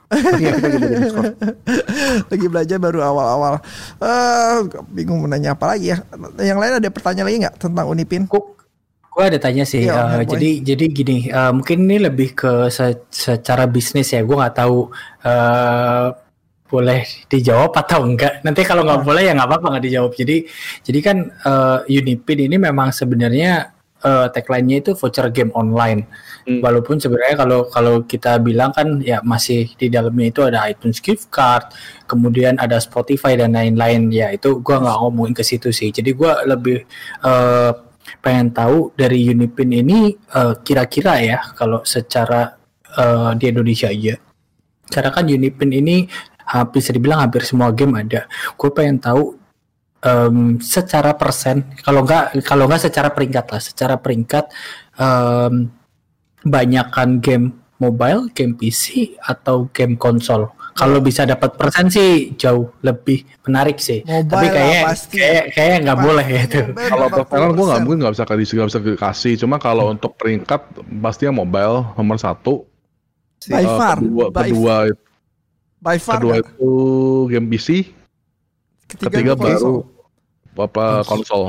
Speaker 4: Iya, kita gitu di Discord.
Speaker 1: Lagi belajar baru awal-awal. Eh, bingung mau nanya apa lagi ya. Yang lain ada pertanyaan lagi nggak tentang Unipin?
Speaker 3: Gue ada tanya sih.
Speaker 1: Iya,
Speaker 3: uh,
Speaker 1: Om
Speaker 3: jadi jadi gini, uh, mungkin ini lebih ke se- secara bisnis ya. Gue nggak tahu uh, boleh dijawab atau enggak. Nanti kalau nggak boleh ya nggak apa-apa nggak dijawab. Jadi jadi kan uh, Unipin ini memang sebenarnya uh, tagline-nya itu voucher game online. Hmm. Walaupun sebenarnya kalau kalau kita bilang kan ya masih di dalamnya itu ada iTunes gift card, kemudian ada Spotify dan lain-lain. Ya itu gue nggak ngomongin ke situ sih. Jadi gue lebih uh, pengen tahu dari Unipin ini uh, kira-kira ya kalau secara uh, di Indonesia aja. Karena kan Unipin ini uh, bisa dibilang hampir semua game ada. Gue pengen tahu um, secara persen, kalau nggak kalau nggak secara peringkat lah, secara peringkat um, banyakkan game mobile, game P C atau game konsol. Kalau bisa dapat persen sih jauh lebih menarik sih.
Speaker 1: Mobile
Speaker 3: tapi kayak
Speaker 1: pasti.
Speaker 3: kayak kayak nggak boleh gitu.
Speaker 2: Kalau persenan gue nggak mungkin nggak bisa kasih nggak bisa dikasih. Cuma kalau untuk peringkat pastinya mobile nomor satu.
Speaker 1: By
Speaker 2: Uh,
Speaker 1: far.
Speaker 2: kedua,
Speaker 1: by,
Speaker 2: kedua,
Speaker 1: by far.
Speaker 2: kedua
Speaker 1: nggak?
Speaker 2: itu game P C.
Speaker 1: Ketiga,
Speaker 2: Ketiga
Speaker 1: konsol.
Speaker 2: baru apa konsol.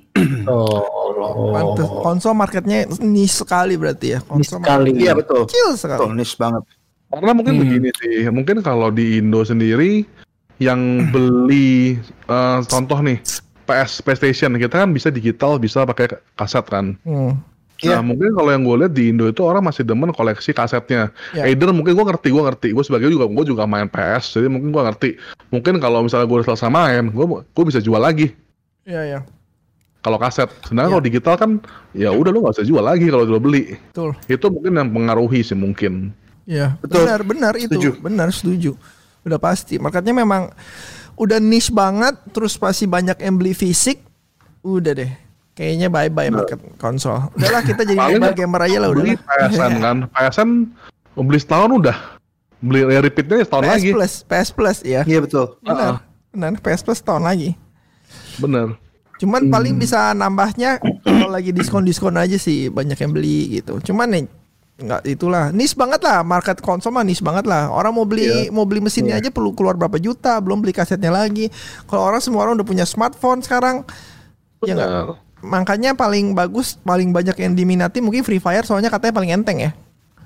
Speaker 3: Oh,
Speaker 1: Pantes. Konsol marketnya niche sekali berarti ya.
Speaker 3: Niche
Speaker 1: Konsol
Speaker 3: sekali.
Speaker 4: Iya betul.
Speaker 1: kecil sekali.
Speaker 4: Betul, niche banget.
Speaker 2: Karena mungkin
Speaker 3: Hmm.
Speaker 2: begini sih, mungkin kalau di Indo sendiri yang beli uh, contoh nih P S PlayStation kita kan bisa digital, bisa pakai kaset kan.
Speaker 1: Hmm.
Speaker 2: Nah
Speaker 4: Iya.
Speaker 2: mungkin kalau yang gue lihat di Indo itu orang masih demen koleksi kasetnya.
Speaker 1: Ya.
Speaker 2: Either mungkin gue ngerti, gue ngerti, gue sebagai juga gue juga main P S, jadi mungkin gue ngerti. Mungkin kalau misalnya gue selesai main, gue gue bisa jual lagi.
Speaker 1: Iya ya.
Speaker 2: Kalau kaset, sedangkan
Speaker 1: Ya.
Speaker 2: kalau digital kan ya udah lo nggak bisa jual lagi kalau lo beli.
Speaker 1: Betul.
Speaker 2: Itu mungkin yang pengaruhi sih mungkin.
Speaker 1: Iya,
Speaker 4: Betul.
Speaker 1: benar, benar itu,
Speaker 4: Setuju.
Speaker 1: benar setuju. Udah pasti. Marketnya memang udah niche banget, terus pasti banyak yang beli fisik. Udah deh. Kayaknya bye-bye market konsol. Udahlah kita jadi
Speaker 2: Paling
Speaker 1: mobile gamer aja lah udah.
Speaker 2: Beli P S N kan, P S N beli setahun udah, beli ya repeatnya setahun
Speaker 1: P S
Speaker 2: lagi.
Speaker 1: Plus, P S Plus ya.
Speaker 4: Iya betul.
Speaker 1: Benar. Benar, P S Plus tahun lagi.
Speaker 2: Bener.
Speaker 1: Cuman paling bisa nambahnya kalau lagi diskon-diskon aja sih banyak yang beli gitu. Cuman nih nggak itulah niche banget lah, market konsol mah niche banget lah. Orang mau beli mau beli mesinnya aja perlu keluar berapa juta, belum beli kasetnya lagi. Kalau orang semua orang udah punya smartphone sekarang, ya nggak.
Speaker 2: Bener.
Speaker 1: Makanya paling bagus, paling banyak yang diminati mungkin Free Fire soalnya katanya paling enteng ya.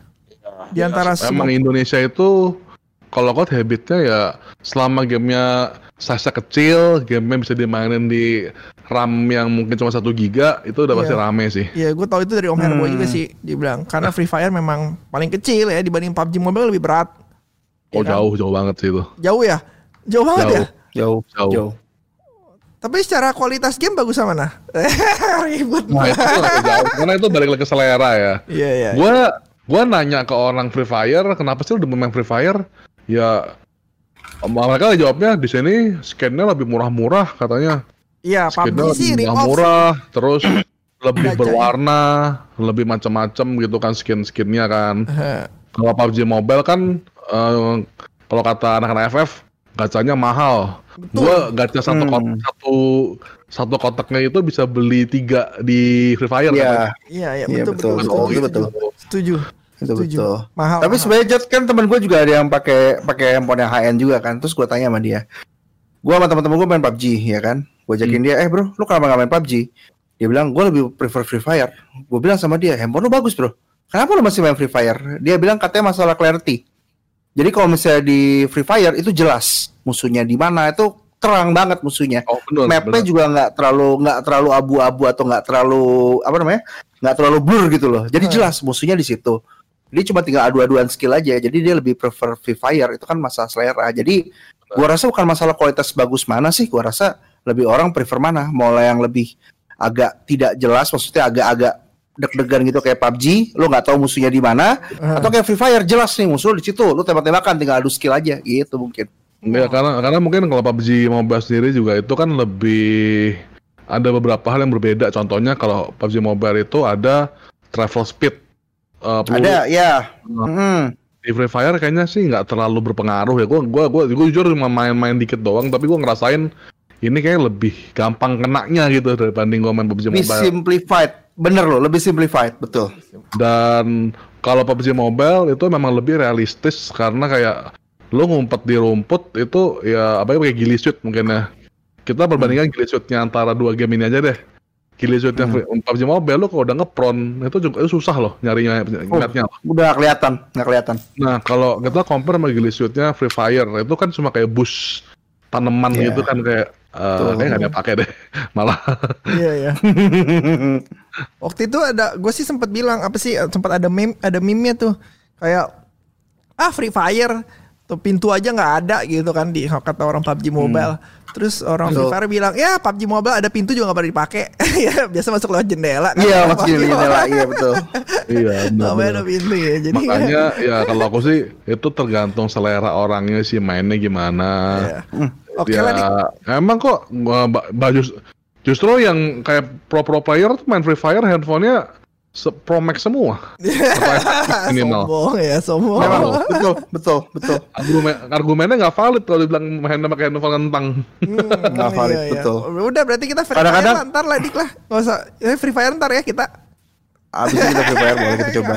Speaker 1: Di antara semua.
Speaker 2: Emang Indonesia itu kalau kau habitnya ya selama gamenya size kecil, gamenya bisa dimainin di RAM yang mungkin cuma satu giga, itu udah pasti
Speaker 1: Iya.
Speaker 2: rame sih.
Speaker 1: Iya, gue tahu itu dari Om Herbo juga sih dibilang. Karena Free Fire memang paling kecil ya dibanding P U B G Mobile lebih berat.
Speaker 2: Oh
Speaker 1: Iya kan?
Speaker 2: jauh jauh banget sih itu.
Speaker 1: Jauh ya? Jauh banget
Speaker 2: Jauh.
Speaker 1: ya?
Speaker 4: Jauh,
Speaker 2: Jauh.
Speaker 4: jauh.
Speaker 1: Tapi secara kualitas game bagus sama mana? Ribut.
Speaker 2: Nah itu tuh jauh, karena itu balik lagi ke selera ya.
Speaker 1: Iya, iya.
Speaker 2: Gue gue nanya ke orang Free Fire, kenapa sih lu demen main Free Fire? Ya mereka jawabnya di sini skinnya lebih murah-murah katanya.
Speaker 1: Iya, P U B G
Speaker 2: Skinnya
Speaker 1: sih
Speaker 2: lebih
Speaker 1: rip off.
Speaker 2: murah, terus lebih
Speaker 1: Gacha.
Speaker 2: berwarna, lebih macam-macam gitu kan skin-skinnya kan.
Speaker 1: Heh.
Speaker 2: Kalau P U B G Mobile kan eh, kalau kata anak-anak F F gacanya mahal. Gua gacha satu
Speaker 4: Hmm.
Speaker 2: kotak satu satu kotaknya itu bisa beli tiga di Free Fire
Speaker 4: Iya,
Speaker 2: kan.
Speaker 1: Iya, iya,
Speaker 4: Iya,
Speaker 1: betul, betul,
Speaker 4: betul,
Speaker 1: betul,
Speaker 4: betul,
Speaker 1: setuju.
Speaker 4: betul.
Speaker 1: Setuju.
Speaker 4: itu
Speaker 1: Setuju.
Speaker 4: betul.
Speaker 1: Mahal.
Speaker 4: Tapi
Speaker 1: mahal.
Speaker 4: sebenarnya Jod kan teman gue juga ada yang pakai pakai handphone yang high end juga kan. Terus gue tanya sama dia. Gue sama teman-teman gue main P U B G ya kan. Gue ajakin dia, eh bro, lu kenapa gak main P U B G? Dia bilang, gue lebih prefer Free Fire. Gue bilang sama dia, handphone lu bagus bro. Kenapa lu masih main Free Fire? Dia bilang katanya masalah clarity. Jadi kalau misalnya di Free Fire itu jelas musuhnya di mana, itu terang banget musuhnya.
Speaker 2: Oh benar.
Speaker 4: Mapnya
Speaker 2: benar.
Speaker 4: juga nggak terlalu nggak terlalu abu-abu atau nggak terlalu apa namanya nggak terlalu blur gitu loh. Jadi
Speaker 1: Hmm.
Speaker 4: jelas musuhnya di situ. Dia cuma tinggal adu-aduan skill aja. Jadi dia lebih prefer Free Fire, itu kan masalah selera. Jadi gua rasa bukan masalah kualitas bagus mana sih. Gua rasa lebih orang prefer mana. Mulai yang lebih agak tidak jelas, maksudnya agak-agak deg-degan gitu kayak P U B G, lo nggak tahu musuhnya di mana,
Speaker 1: Hmm.
Speaker 4: atau kayak Free Fire jelas nih musuh lo di situ, lo tembak-tembakan tinggal adu skill aja gitu mungkin.
Speaker 2: Ya, karena karena mungkin kalau P U B G Mobile sendiri juga itu kan lebih ada beberapa hal yang berbeda. Contohnya kalau P U B G Mobile itu ada travel speed. eh, peluru.
Speaker 4: Ada ya. Mm.
Speaker 2: Di Free Fire kayaknya sih nggak terlalu berpengaruh ya. Gue gua gua gua jujur cuma main-main dikit doang, tapi gue ngerasain ini kayak lebih gampang kenanya gitu dibanding gue main P U B G
Speaker 4: Lebih
Speaker 2: Mobile.
Speaker 4: simplified, bener loh, lebih simplified, betul.
Speaker 2: Dan kalau P U B G Mobile itu memang lebih realistis karena kayak lu ngumpet di rumput itu ya apa ya kayak ghillie suit mungkin ya. Kita perbandingan ghillie suitnya antara dua game ini aja deh. Ghillie suitnya hmm. P U B G Mobile lu kalau udah ngepron itu juga itu susah loh nyarinya ingatnya.
Speaker 4: Oh, udah kelihatan, nggak kelihatan.
Speaker 2: Nah kalau kita compare sama ghillie suitnya Free Fire itu kan cuma kayak boost tanaman yeah. gitu kan kayak uh, kayak nggak ada pakai deh malah.
Speaker 1: Iya ya. Waktu itu ada gue sih sempat bilang apa sih sempat ada meme ada meme-nya tuh kayak ah Free Fire tuh pintu aja nggak ada gitu kan di kata orang P U B G Mobile. Hmm. Terus orang Free Fire bilang ya P U B G Mobile ada pintu juga nggak pernah dipakai. Ya biasa masuk lewat jendela. Kan?
Speaker 4: Iya masuk jendela iya betul.
Speaker 2: Iya benar.
Speaker 1: Ada pintu ya. Jadi
Speaker 2: makanya ya kalau aku sih itu tergantung selera orangnya sih mainnya gimana. Iya. Hmm. Oke okay lah. Emang kok baju justru yang kayak pro pro player tuh main Free Fire handphonenya Pro Max semua.
Speaker 1: Minimal. Sombong ya, sombong.
Speaker 4: Memang, betul, betul, betul.
Speaker 2: Argumen, argumennya nggak valid kalau dibilang main pakai handphone kentang.
Speaker 4: Nggak hmm, valid, iya, betul.
Speaker 1: Iya. Udah berarti kita Free Fire ntar lah dik lah. Nggak usah, ya Free Fire ntar ya kita.
Speaker 4: Abis itu kita Free Fire boleh kita coba.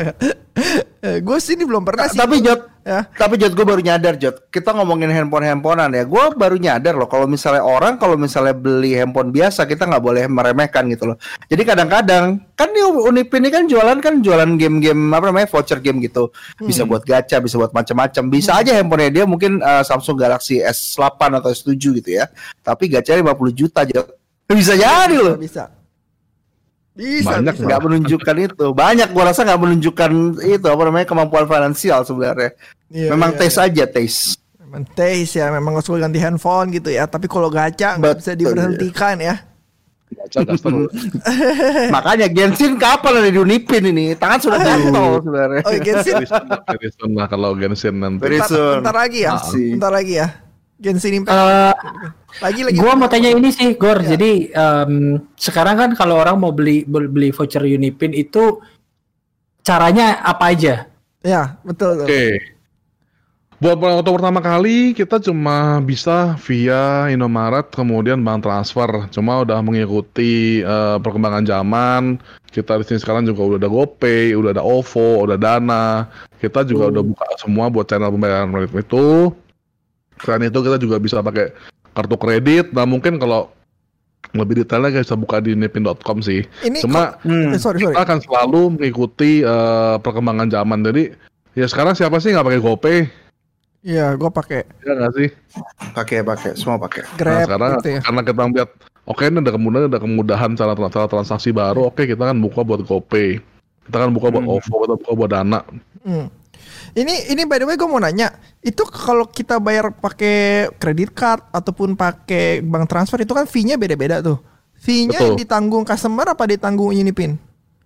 Speaker 1: Gue sih ini belum pernah sih.
Speaker 4: Tapi Jot, ya. tapi Jot gue baru nyadar Jot. Kita ngomongin handphone-handphonean ya. Gue baru nyadar loh kalau misalnya orang kalau misalnya beli handphone biasa kita nggak boleh meremehkan gitu loh. Jadi kadang-kadang kan nih Unipin ini kan jualan kan jualan game-game apa namanya voucher game gitu. Bisa hmm. buat gacha, bisa buat macam-macam. Bisa hmm. aja handphonenya dia mungkin uh, Samsung Galaxy S delapan atau S tujuh gitu ya. Tapi gacha lima puluh juta Jot. Bisa jadi loh.
Speaker 1: Bisa. Bisa,
Speaker 4: banyak nggak menunjukkan itu banyak gua rasa nggak menunjukkan itu apa namanya kemampuan finansial sebenarnya iya, memang iya, taste iya. aja taste
Speaker 1: memang taste ya memang harus ganti handphone gitu ya tapi kalau gacha nggak bisa diberhentikan ya
Speaker 2: gacha gas terus
Speaker 4: makanya Genshin kapan ada di Unipin ini tangan sudah gatal sebenarnya
Speaker 1: oh Genshin
Speaker 2: very soon lah kalau Genshin nanti
Speaker 1: bentar, bentar lagi ya bentar lagi ya Genshin Impact.
Speaker 3: Uh, lagi lagi. Gua mau tanya ini sih, Gor. Ya. Jadi um, sekarang kan kalau orang mau beli beli voucher Unipin itu caranya apa aja?
Speaker 1: Ya, betul.
Speaker 2: Oke. Okay. Buat waktu pertama kali kita cuma bisa via Indomaret kemudian bank transfer. Cuma udah mengikuti uh, perkembangan zaman. Kita di sini sekarang juga udah ada GoPay, udah ada O V O, udah Dana. Kita juga uh. udah buka semua buat channel pembayaran itu. Selain itu kita juga bisa pakai kartu kredit. Nah mungkin kalau lebih detailnya kita bisa buka di unipin dot com sih. Ini Cuma kok, hmm, sorry, sorry. kita akan selalu mengikuti uh, perkembangan zaman. Jadi ya sekarang siapa sih nggak pakai GoPay?
Speaker 1: Iya, gue pakai.
Speaker 2: Iya nggak sih?
Speaker 4: Pakai pakai semua pakai.
Speaker 1: Grab.
Speaker 2: Nah, sekarang
Speaker 1: gitu ya.
Speaker 2: karena kita melihat, oke okay, ini ada kemudahan, ada kemudahan cara, cara transaksi baru. Oke okay, kita kan buka buat GoPay, kita kan buka buat hmm. O V O, kita buka buat Dana.
Speaker 1: Hmm. Ini ini by the way gue mau nanya, itu kalau kita bayar pakai credit card ataupun pakai bank transfer itu kan fee-nya beda-beda tuh. Fee-nya yang ditanggung customer apa ditanggung Unipin?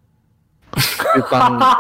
Speaker 2: Ditanggung.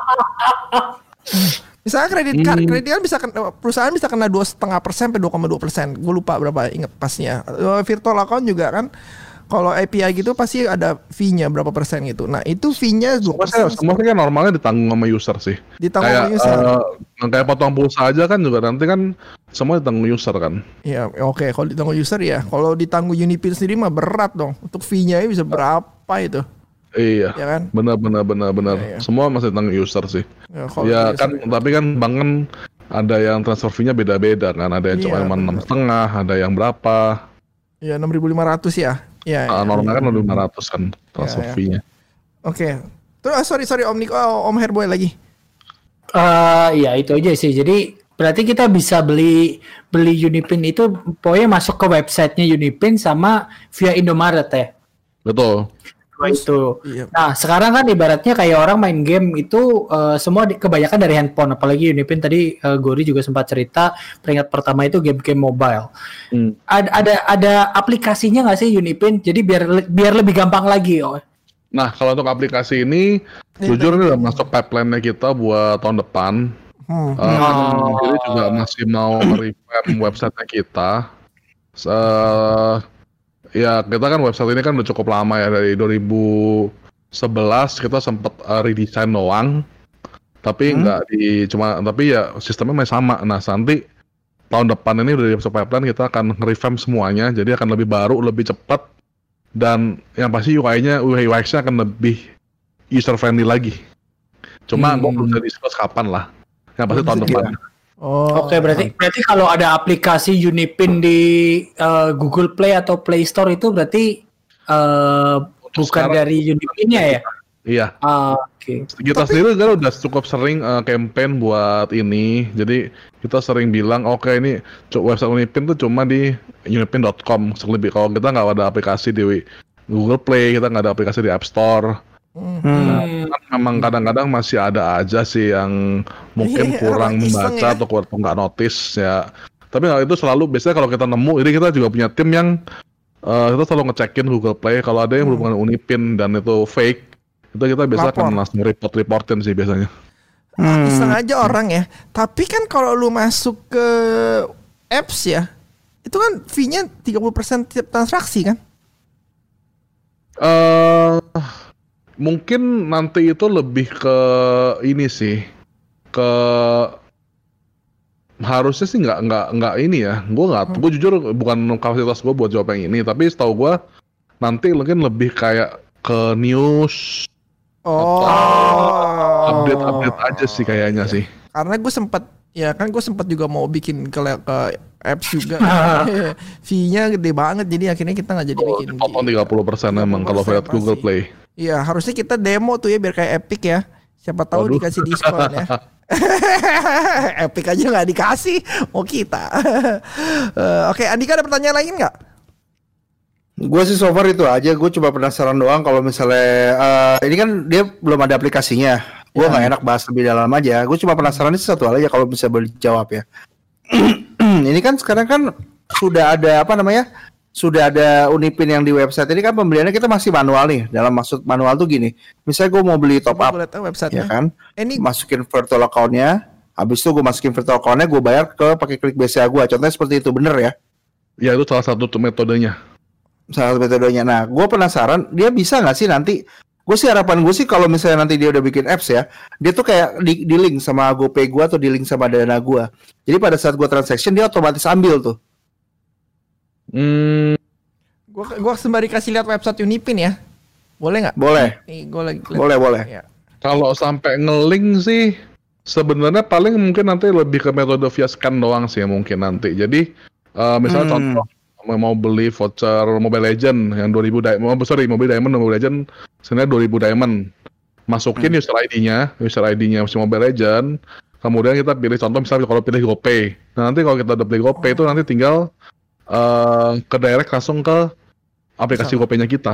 Speaker 1: Misalnya kredit card, hmm. kredit kan bisa kena, perusahaan bisa kena dua koma lima persen sampai dua koma dua persen. Gue lupa berapa, inget pasnya. Virtual account juga kan. Kalau A P I gitu pasti ada fee-nya berapa persen gitu. Nah itu fee-nya
Speaker 2: semua kan normalnya ditanggung sama user sih.
Speaker 1: Ditanggung
Speaker 2: kayak,
Speaker 1: sama user.
Speaker 2: Uh, kayak potong pulsa aja kan juga nanti kan semua ditanggung user kan.
Speaker 1: Iya oke okay. Kalau ditanggung user ya. Kalau ditanggung Unipin sendiri mah berat dong. Untuk fee-nya bisa berapa itu?
Speaker 2: Iya.
Speaker 1: Ya kan?
Speaker 2: Benar benar benar benar. Ya, ya. Semua masih ditanggung user sih. Ya, ya kan ya. Tapi kan bank kan ada yang transfer fee-nya beda-beda kan. Ada yang iya, cuma enam setengah, ada yang berapa?
Speaker 1: Iya enam ribu lima ratus ya. Ya,
Speaker 2: uh, normalnya kan udah lima ratus kan transfer ya, fee-nya.
Speaker 1: Oke. Okay. Terus oh, sorry sorry Om Niko, oh, Om Herboy lagi.
Speaker 3: Uh, ya itu aja sih. Jadi berarti kita bisa beli beli Unipin itu pokoknya masuk ke websitenya Unipin sama via Indomaret ya.
Speaker 2: Betul.
Speaker 3: Itu. Iya. Nah sekarang kan ibaratnya kayak orang main game itu uh, semua di, kebanyakan dari handphone, apalagi Unipin tadi uh, Gori juga sempat cerita peringkat pertama itu game-game mobile. Hmm. Ada ada ada aplikasinya nggak sih Unipin? Jadi biar biar lebih gampang lagi. Oh.
Speaker 2: Nah kalau untuk aplikasi ini, ini jujur ini udah masuk pipeline-nya kita buat tahun depan. Hmm. Uh, oh. Jadi juga masih mau revamp website-nya kita. Uh, Ya kita kan website ini kan udah cukup lama ya, dari dua ribu sebelas kita sempat uh, redesign doang, tapi hmm. nggak di cuma tapi ya sistemnya masih sama. Nah nanti tahun depan ini udah di episode pipeline kita akan revamp semuanya, jadi akan lebih baru, lebih cepat, dan yang pasti U I-nya U I U X-nya akan lebih user friendly lagi. Cuma hmm. gue belum bisa discuss kapan lah, yang pasti tahun depan.
Speaker 1: Oh.
Speaker 3: Oke, berarti berarti kalau ada aplikasi Unipin di uh, Google Play atau Play Store itu berarti uh, bukan
Speaker 2: sekarang,
Speaker 3: dari Unipinnya ya?
Speaker 2: Iya.
Speaker 3: Uh, Oke. Okay.
Speaker 2: Kita Tapi, sendiri kan udah cukup sering uh, campaign buat ini. Jadi kita sering bilang, oke okay, ini website Unipin tuh cuma di unipin dot com. Selebih kalau kita nggak ada aplikasi di Google Play, kita nggak ada aplikasi di App Store. Hmm. Nah, memang kadang-kadang masih ada aja sih yang mungkin kurang membaca ya? Atau kurang nggak notice ya. Tapi itu selalu biasanya kalau kita nemu, jadi kita juga punya tim yang uh, kita selalu ngecekin Google Play kalau ada yang hmm. berhubungan Unipin dan itu fake, itu kita biasa akan langsung report-reportin sih biasanya.
Speaker 1: Hmm. Iseng aja orang ya. Tapi kan kalau lu masuk ke apps ya, itu kan fee-nya tiga puluh persen tiap transaksi kan?
Speaker 2: Eh uh, Mungkin nanti itu lebih ke ini sih, ke harusnya sih nggak nggak nggak ini ya. Gue nggak, hmm. gue jujur bukan kapasitas gue buat jawab yang ini. Tapi setahu gue nanti mungkin lebih kayak ke news,
Speaker 1: oh,
Speaker 2: update-update aja sih kayaknya sih.
Speaker 1: Karena gue sempat ya kan gue sempat juga mau bikin ke, ke apps juga. Fee-nya gede banget, jadi akhirnya kita nggak jadi
Speaker 2: oh,
Speaker 1: bikin.
Speaker 2: Potong tiga puluh persen emang kalau lihat Google Play.
Speaker 1: Iya, harusnya kita demo tuh ya biar kayak Epic ya. Siapa tahu Waduh. Dikasih diskon ya. Epic aja nggak dikasih, mau kita. uh, Oke, okay, Andika ada pertanyaan lain nggak?
Speaker 4: Gue sih so far itu aja. Gue coba penasaran doang kalau misalnya uh, ini kan dia belum ada aplikasinya. Gue nggak ya. enak bahas lebih dalam aja. Gue cuma penasaran itu satu hal aja kalau bisa boleh jawab ya. Ini kan sekarang kan sudah ada apa namanya? Sudah ada Unipin yang di website ini kan pembeliannya kita masih manual nih. Dalam maksud manual tuh gini, misalnya gue mau beli top up, ya kan, ini... masukin virtual account-nya, habis itu gue masukin virtual account-nya, gue bayar ke pakai klik B C A gue. Contohnya seperti itu, bener ya?
Speaker 2: Ya itu salah satu metodenya.
Speaker 4: Salah satu metodenya. Nah, gue penasaran, dia bisa nggak sih nanti? Gue sih harapan gue sih kalau misalnya nanti dia udah bikin apps ya, dia tuh kayak di, di link sama GoPay gue atau di link sama Dana gue. Jadi pada saat gue transaction dia otomatis ambil tuh.
Speaker 2: Hmm,
Speaker 1: gua gua sembari kasih lihat website Unipin ya, boleh nggak?
Speaker 4: Boleh.
Speaker 1: Nih, gua lagi liat.
Speaker 4: Boleh boleh.
Speaker 1: Ya.
Speaker 2: Kalau sampai ngelink sih, sebenarnya paling mungkin nanti lebih ke metode via scan doang sih mungkin nanti. Jadi uh, misalnya hmm. contoh mau beli voucher Mobile Legend yang dua ribu diamond, sorry Mobile Diamond, Mobile Legend sebenarnya dua ribu diamond, masukin hmm. user I D-nya, user I D-nya si Mobile Legend. Kemudian kita pilih contoh misalnya kalau pilih GoPay. Nah, nanti kalau kita udah pilih GoPay itu oh. nanti tinggal Uh, ke direct langsung ke aplikasi GoPay-nya kita.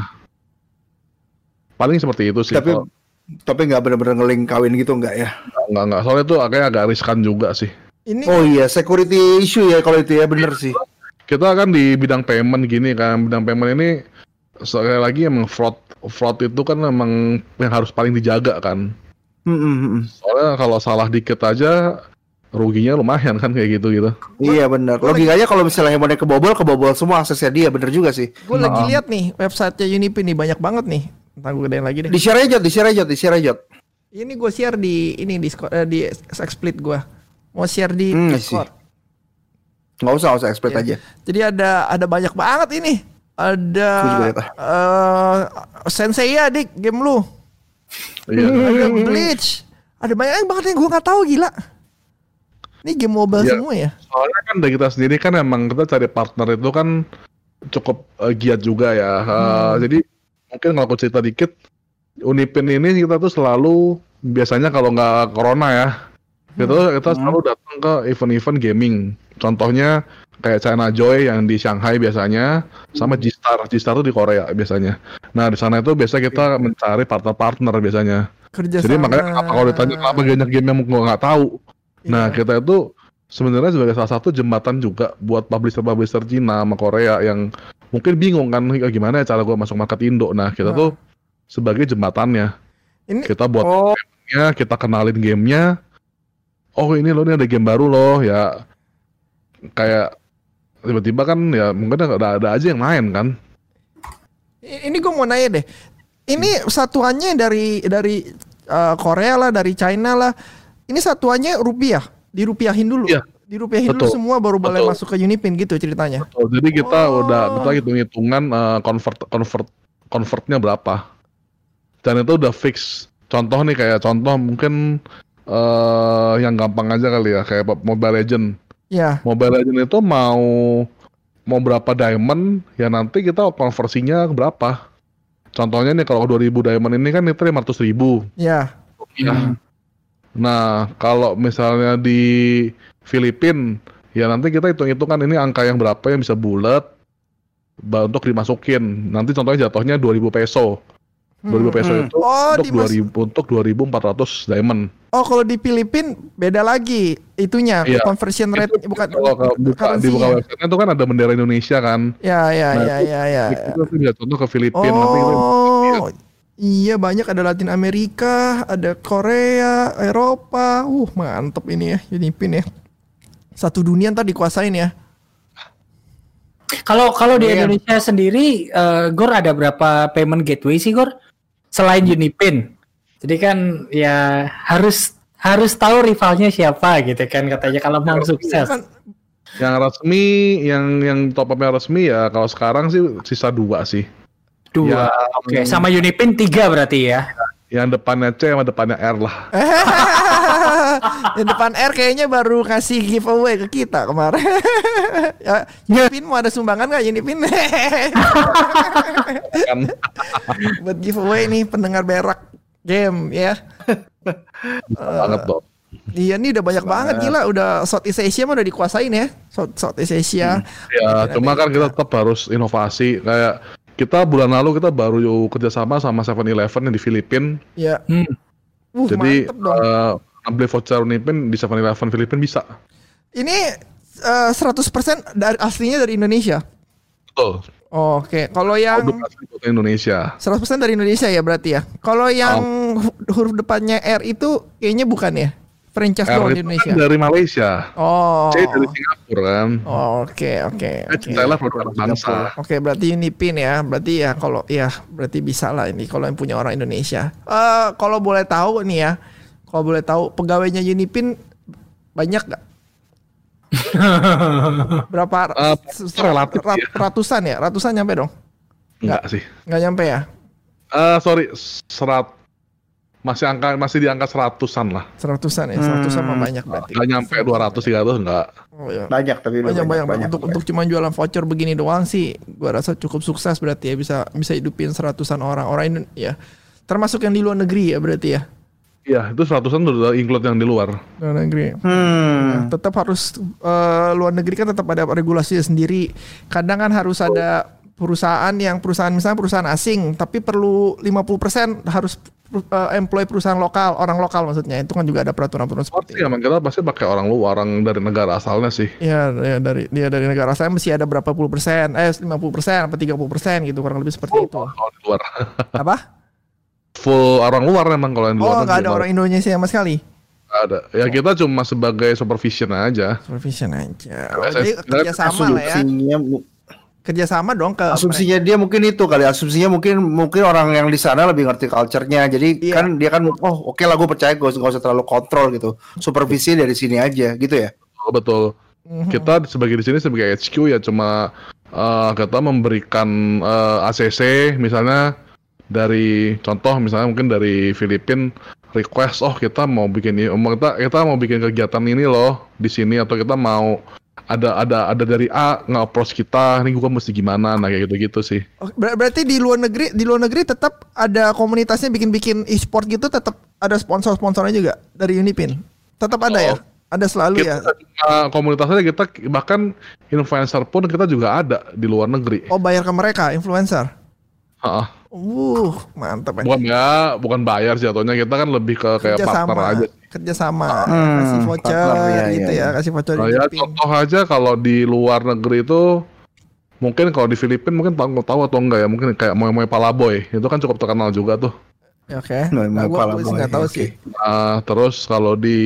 Speaker 2: Paling seperti itu sih.
Speaker 4: Tapi
Speaker 2: kalau...
Speaker 4: tapi nggak benar-benar nge-link kawin gitu nggak ya?
Speaker 2: Nggak nggak. Soalnya itu agak agak riskan juga sih.
Speaker 1: Ini...
Speaker 4: Oh iya, security issue ya kalau itu ya, bener sih.
Speaker 2: Kita kan di bidang payment gini kan, bidang payment ini sekali lagi emang fraud fraud itu kan emang yang harus paling dijaga kan.
Speaker 4: Mm-hmm.
Speaker 2: Soalnya kalau salah dikit aja ruginya lumayan kan kayak gitu gitu.
Speaker 4: Iya benar. Logikanya kalau misalnya handphone kebobol, kebobol semua aksesnya dia, bener juga sih.
Speaker 1: Gue nah. lagi lihat nih websitenya Unipin nih banyak banget nih. Ntar gue gedein lagi deh.
Speaker 4: Di share aja, di share aja, di share aja.
Speaker 1: Ini gue share di ini di uh, di XSplit gue. Mau share di
Speaker 4: hmm,
Speaker 1: Discord.
Speaker 4: Nggak usah, nggak usah XSplit ya. aja.
Speaker 1: Jadi ada ada banyak banget ini. Ada uh, Senseiya dik game lu.
Speaker 2: Iya.
Speaker 1: Ada Bleach. Ada banyak banget yang gue nggak tahu gila. Ini game mobile ya, semua ya?
Speaker 2: Soalnya kan dari kita sendiri kan emang kita cari partner itu kan cukup uh, giat juga ya. Uh, hmm. Jadi mungkin kalau aku cerita dikit, Unipin ini kita tuh selalu biasanya kalau nggak corona ya, hmm. gitu kita hmm. selalu datang ke event-event gaming. Contohnya kayak China Joy yang di Shanghai biasanya, sama G-Star. G-Star tuh di Korea biasanya. Nah di sana itu biasa kita mencari partner-partner biasanya.
Speaker 1: Kerja
Speaker 2: Jadi
Speaker 1: sama.
Speaker 2: makanya kenapa kalau ditanya kenapa banyak game yang gue nggak tahu. Nah kita itu sebenarnya sebagai salah satu jembatan juga buat publisher-publisher Cina sama Korea yang mungkin bingung kan gimana ya cara gue masuk market Indo. Nah kita nah. tuh sebagai jembatannya. Ini... Kita buat oh. gamenya, kita kenalin gamenya. Oh ini loh, ini ada game baru loh ya. Kayak tiba-tiba kan ya mungkin ada, ada aja yang main kan.
Speaker 1: Ini gue mau nanya deh. Ini satuannya dari dari uh, Korea lah, dari China lah. Ini satuannya rupiah, dirupiahin dulu. Iya, dirupiahin betul. Dulu semua baru betul. Boleh masuk ke Unipin gitu ceritanya.
Speaker 2: Betul. Jadi kita oh. udah kita hitung-hitungan uh, convert convert convertnya berapa. Dan itu udah fix. Contoh nih kayak contoh mungkin eh yang gampang aja kali ya, kayak Mobile Legend.
Speaker 1: Ya.
Speaker 2: Mobile Legend itu mau mau berapa diamond, ya nanti kita konversinya berapa. Contohnya nih kalau dua ribu diamond ini kan itu lima ratus ribu.
Speaker 1: Ya.
Speaker 2: Ya. Nah, kalau misalnya di Filipina, ya nanti kita hitung-hitungan ini angka yang berapa yang bisa bulat untuk dimasukin. Nanti contohnya jatuhnya dua ribu peso. dua ribu peso itu
Speaker 1: Oh,
Speaker 2: untuk
Speaker 1: dimas-
Speaker 2: dua ribu untuk dua ribu empat ratus diamond.
Speaker 1: Oh, kalau di Filipina beda lagi itunya,
Speaker 2: Iya.
Speaker 1: conversion rate
Speaker 2: Itu
Speaker 1: bukan
Speaker 2: kalau kalau buka, di buka
Speaker 1: currency-nya.
Speaker 2: website itu kan ada bendera Indonesia kan.
Speaker 1: Ya, ya,
Speaker 2: Nah,
Speaker 1: ya,
Speaker 2: itu-
Speaker 1: ya, ya.
Speaker 2: Itu tuh bisa contoh ke Filipina nanti kita
Speaker 1: Oh, iya banyak, ada Latin Amerika, ada Korea, Eropa. Uh, mantep ini ya, Unipin ya. Satu dunia ntar dikuasain ya.
Speaker 3: Kalau kalau di
Speaker 1: Iya.
Speaker 3: Indonesia sendiri, eh, Gor ada berapa payment gateway sih Gor? Selain Unipin. Jadi kan ya harus harus tahu rivalnya siapa gitu kan katanya kalau mau sukses.
Speaker 1: Kan
Speaker 2: yang resmi, yang yang top up-nya resmi ya kalau sekarang sih sisa dua sih.
Speaker 3: Dua.
Speaker 2: Ya,
Speaker 3: Oke, sama Unipin tiga berarti ya.
Speaker 2: Yang depannya C sama depannya R lah.
Speaker 1: di depan R kayaknya baru kasih giveaway ke kita kemarin. Ya, Unipin mau ada sumbangan nggak Unipin?
Speaker 2: Kan
Speaker 1: Buat giveaway nih pendengar berak game ya.
Speaker 2: banget dong.
Speaker 1: Iya nih udah banyak banget gila, udah Southeast Asia mah udah dikuasain ya. South Southeast Asia.
Speaker 2: Ya, cuma kan kita tetap harus inovasi. Kayak kita bulan lalu kita baru kerjasama sama seven eleven yang di Filipina.
Speaker 1: Ya.
Speaker 3: Hmm.
Speaker 1: Uh,
Speaker 2: Jadi
Speaker 1: mantep dong.
Speaker 2: eh, beli voucher Unipin di seven eleven Filipina bisa.
Speaker 1: Ini eh, seratus persen dari aslinya dari Indonesia.
Speaker 2: Betul.
Speaker 1: Oke, kalau yang
Speaker 2: Produk asli buatan Indonesia.
Speaker 1: seratus persen dari Indonesia ya berarti ya. Kalau yang hu- huruf depannya R itu kayaknya bukan ya. Franchise
Speaker 2: R
Speaker 1: doang di
Speaker 2: itu
Speaker 1: Indonesia.
Speaker 2: kan dari Malaysia.
Speaker 1: Oh.
Speaker 2: C dari Singapura kan.
Speaker 1: Oke, oke,
Speaker 2: Eh,
Speaker 1: oke.
Speaker 2: Cintalah produk anak bangsa.
Speaker 1: Oke, berarti Unipin ya. Berarti ya kalau ya berarti bisa lah ini kalau yang punya orang Indonesia. Eh kalau boleh tahu nih ya. Kalau boleh tahu pegawainya Unipin banyak gak? Berapa?
Speaker 2: Eh,
Speaker 1: s-
Speaker 2: relatif
Speaker 1: rat-
Speaker 2: ya.
Speaker 1: Ratusan ya? Ratusan nyampe dong?
Speaker 2: Enggak sih.
Speaker 1: Nggak nyampe ya?
Speaker 2: Eh sorry, serat masih angka masih di angka seratusan lah.
Speaker 1: Seratusan ya? Seratusan mah banyak berarti.
Speaker 2: Enggak nyampe dua ratus tiga ratus enggak.
Speaker 1: Oh, iya.
Speaker 4: Banyak tapi udah
Speaker 1: Banyak, banyak,
Speaker 4: banyak,
Speaker 1: Untuk untuk cuma jualan voucher begini doang sih, gua rasa cukup sukses berarti ya, bisa bisa hidupin seratusan orang. Orang Indo- ya. Termasuk yang di luar negeri ya berarti ya.
Speaker 2: Iya, itu seratusan udah include yang di luar.
Speaker 1: Luar negeri.
Speaker 4: Hmm.
Speaker 1: Tetap harus eh, luar negeri kan tetap ada regulasinya sendiri. Kadang kan harus ada perusahaan yang perusahaan misalnya perusahaan asing tapi perlu lima puluh persen harus eh, employ perusahaan lokal, orang lokal maksudnya. Itu kan juga ada peraturan-peraturan seperti
Speaker 2: Pasti emang kita pasti pakai orang luar, orang dari negara asalnya sih.
Speaker 1: Iya, ya, dari dia dari negara saya mesti ada berapa puluh persen, eh lima puluh persen atau tiga puluh persen gitu kurang lebih seperti itu.
Speaker 2: Kalau di luar.
Speaker 1: Apa?
Speaker 2: Full orang luar emang kalau yang di luar.
Speaker 1: Oh, nggak
Speaker 2: negeri,
Speaker 1: ada orang Indonesia sama sekali.
Speaker 2: nggak ada. Ya kita cuma sebagai supervision aja.
Speaker 1: Supervision aja.
Speaker 2: Kalau
Speaker 1: Jadi
Speaker 2: saya-
Speaker 1: kerjasama lah ya.
Speaker 4: Asumsinya mu-
Speaker 1: Kerjasama dong ke
Speaker 4: asumsinya dia mungkin itu kali, asumsinya mungkin mungkin orang yang di sana lebih ngerti culture-nya. Jadi
Speaker 1: Iya.
Speaker 4: kan dia kan oh oke lah gue percaya gue nggak usah terlalu kontrol gitu. Supervisi dari sini aja gitu ya.
Speaker 2: Oh, betul.
Speaker 1: Mhm.
Speaker 2: Kita sebagai di sini sebagai H Q ya cuma eh, kita memberikan eh, A C C misalnya dari contoh misalnya mungkin dari Filipina request oh kita mau bikin ini, mau kita kita mau bikin kegiatan ini loh di sini atau kita mau ada ada ada dari A nge-approach kita ini gua mesti gimana nah kayak gitu-gitu sih.
Speaker 1: Oh, ber- berarti di luar negeri di luar negeri tetap ada komunitasnya bikin-bikin e-sport gitu, tetap ada sponsor-sponsornya juga dari Unipin. Tetap ada ya? Ada selalu ya.
Speaker 2: Kita uh, komunitasnya kita bahkan influencer pun kita juga ada di luar negeri.
Speaker 1: Oh, bayar ke mereka influencer.
Speaker 2: Heeh.
Speaker 1: Uh, mantap ya.
Speaker 2: Bukan ya, bukan bayar sih jatuhnya kita kan lebih ke kayak
Speaker 1: Kerja
Speaker 2: partner
Speaker 1: sama,
Speaker 2: aja.
Speaker 1: kerja sama,
Speaker 4: Hmm,
Speaker 1: kasih voucher
Speaker 4: partner, ya,
Speaker 1: gitu
Speaker 4: ya,
Speaker 1: ya,
Speaker 4: ya.
Speaker 1: kasih voucher
Speaker 2: Nah,
Speaker 1: di
Speaker 2: ya
Speaker 1: Unipin.
Speaker 2: contoh aja kalau di luar negeri itu mungkin kalau di Filipina mungkin tahu tahu atau enggak ya mungkin kayak Moe Moe Palaboy itu kan cukup terkenal juga tuh.
Speaker 1: Ya, Oke.
Speaker 4: Nah,
Speaker 1: Nah, gua,
Speaker 4: Palaboy,
Speaker 1: gua sih nggak tahu
Speaker 4: oke.
Speaker 1: sih.
Speaker 2: Nah, terus kalau di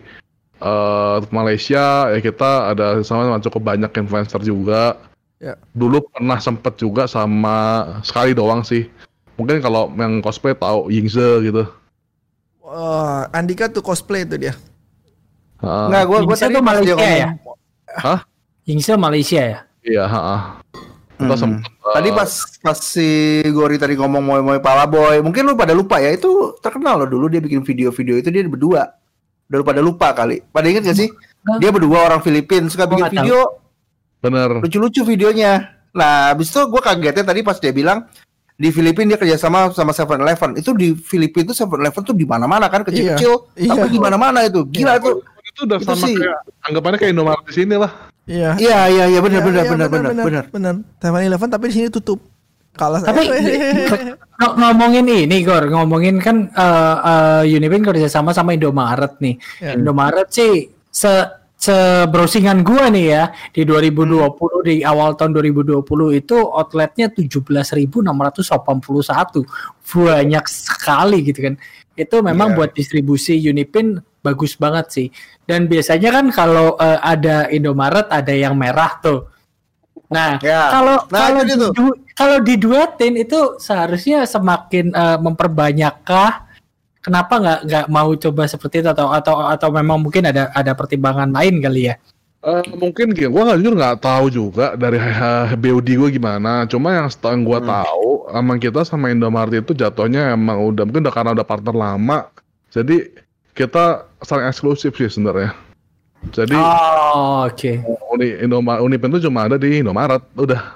Speaker 2: eh, Malaysia ya kita ada sama cukup banyak influencer juga.
Speaker 1: Ya.
Speaker 2: Dulu pernah sempet juga sama sekali doang sih. Mungkin kalau yang cosplay tahu Yingze gitu.
Speaker 1: Wah, Andika tuh cosplay tuh dia.
Speaker 2: Heeh.
Speaker 4: Nggak, gue gue
Speaker 3: Yingze
Speaker 4: tadi
Speaker 3: tuh
Speaker 4: pas dia
Speaker 3: Malaysia
Speaker 4: ngomong,
Speaker 3: ya?
Speaker 2: Hah?
Speaker 3: Yingze Malaysia ya?
Speaker 2: Iya, heeh. Kita
Speaker 4: Hmm.
Speaker 2: sempet,
Speaker 4: Tadi
Speaker 2: eh,
Speaker 4: pas pas si Gori tadi ngomong Moe Moe Palaboy, mungkin lu pada lupa ya itu terkenal loh dulu dia bikin video-video itu dia berdua. Udah pada lupa kali. Pada inget gak sih? Dia berdua orang Filipina suka bikin video.
Speaker 2: Bener.
Speaker 4: Lucu-lucu videonya. Nah, habis itu gue kagetnya tadi pas dia bilang di Filipina dia kerjasama sama seven eleven. Itu di Filipina itu seven eleven tuh di mana-mana kan, kecil-kecil.
Speaker 1: Iya.
Speaker 4: Tapi
Speaker 1: Iya.
Speaker 4: di mana-mana itu. Gila
Speaker 2: Iya.
Speaker 4: tuh.
Speaker 2: Itu udah
Speaker 4: Itu
Speaker 2: sama
Speaker 4: sih.
Speaker 2: kayak anggapannya kayak Indomaret di sini lah.
Speaker 1: Iya.
Speaker 4: Iya, iya, iya benar
Speaker 1: Iya,
Speaker 4: benar
Speaker 1: iya,
Speaker 4: benar benar benar.
Speaker 1: benar. seven eleven tapi di sini tutup. Kalah.
Speaker 3: Tapi ng- ngomongin ini Gor, ngomongin kan uh, uh, Unipin kerjasama sama Indomaret nih.
Speaker 1: Ya.
Speaker 3: Indomaret sih se se browsingan gua nih ya di dua ribu dua puluh di awal tahun dua ribu dua puluh itu outletnya tujuh belas ribu enam ratus delapan puluh satu. Banyak sekali gitu kan. Itu memang
Speaker 4: Iya.
Speaker 3: buat distribusi Unipin bagus banget sih. Dan biasanya kan kalau uh, ada Indomaret ada yang merah tuh. Nah,
Speaker 4: Ya.
Speaker 3: kalau
Speaker 4: Nah,
Speaker 3: kalau
Speaker 4: itu dia tuh.
Speaker 3: didu- kalau diduetin itu seharusnya semakin uh, memperbanyakkah? Kenapa nggak nggak mau coba seperti itu atau atau atau memang mungkin ada ada pertimbangan lain kali ya?
Speaker 2: Eh, mungkin gue nggak jujur nggak tahu juga dari uh, B O D gue gimana. Cuma yang setahu yang gue
Speaker 4: Hmm.
Speaker 2: tahu, emang kita sama Indomaret itu jatuhnya emang udah mungkin udah karena udah partner lama. Jadi kita saling eksklusif sih sebenarnya. Jadi
Speaker 3: Oh, oke.
Speaker 2: Uni Indomaret Unipin itu cuma ada di Indomaret, udah.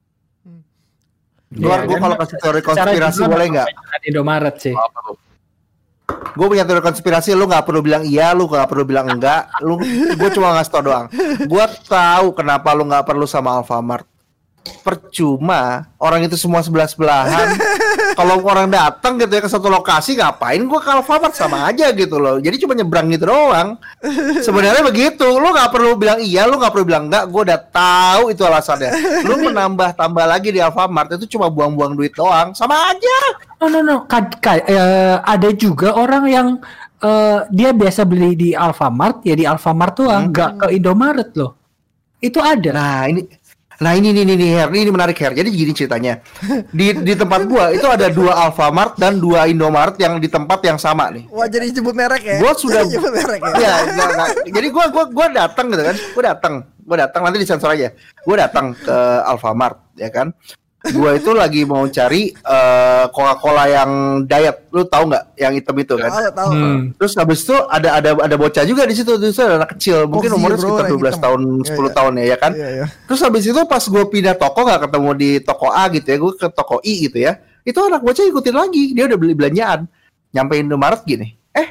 Speaker 4: Gua
Speaker 3: Iya,
Speaker 4: gua
Speaker 3: dan
Speaker 4: kalau kasih teori
Speaker 3: secara
Speaker 4: konspirasi
Speaker 3: jumlah
Speaker 4: boleh
Speaker 3: memang
Speaker 4: nggak?
Speaker 3: kebanyakan Indomaret sih.
Speaker 2: Apa tuh?
Speaker 4: Gue punya teori konspirasi, lu nggak perlu bilang iya, lu nggak perlu bilang enggak, lu gue cuma ngasih tau doang. Gue tahu kenapa lu nggak perlu sama Alfamart. Percuma, orang itu semua sebelah sebelahan. Kalau orang datang gitu ya ke satu lokasi, ngapain gue ke Alfamart, sama aja gitu loh. Jadi cuma nyebrang gitu doang. Sebenarnya begitu, lu nggak perlu bilang iya, lu nggak perlu bilang enggak. Gue udah tahu itu alasannya. Lu menambah tambah lagi di Alfamart itu cuma buang-buang duit doang, sama aja.
Speaker 3: No no no, Kad- ka- eh, ada juga orang yang eh, dia biasa beli di Alfamart ya di Alfamart tuh
Speaker 4: Hmm.
Speaker 3: nggak ke Indomaret loh. Itu ada.
Speaker 4: Nah ini, nah ini ini ini, Her, ini menarik Her. Jadi gini ceritanya. Di di tempat gua itu ada dua Alfamart dan dua Indomaret yang di tempat yang sama nih.
Speaker 1: Wah, jadi sebut merek ya.
Speaker 4: Gua sudah-
Speaker 1: Jadi sebut merek ya.
Speaker 4: Ya, enggak, enggak. Jadi gua gua gua datang gitu kan. Gua datang, gua datang nanti disensor aja. Gua datang ke Alfamart ya kan. Gua itu lagi mau cari eh, Coca-Cola yang diet. Lu tahu nggak yang hitam itu kan?
Speaker 1: Tahu, tahu.
Speaker 3: Hmm.
Speaker 4: Terus habis itu ada ada ada bocah juga di situ. Terus ada anak kecil, mungkin
Speaker 1: Coke
Speaker 4: umurnya
Speaker 1: Zero
Speaker 4: sekitar
Speaker 1: yang
Speaker 4: dua belas
Speaker 1: hitam.
Speaker 4: tahun,
Speaker 1: Iya,
Speaker 4: sepuluh
Speaker 1: iya.
Speaker 4: tahun ya, ya kan?
Speaker 1: Iya, iya.
Speaker 4: Terus habis itu pas gue pindah toko nggak ketemu di toko A gitu ya, gue ke toko I gitu ya. Itu anak bocah ikutin lagi, dia udah beli belanjaan. Nyampe Indomaret gini, eh,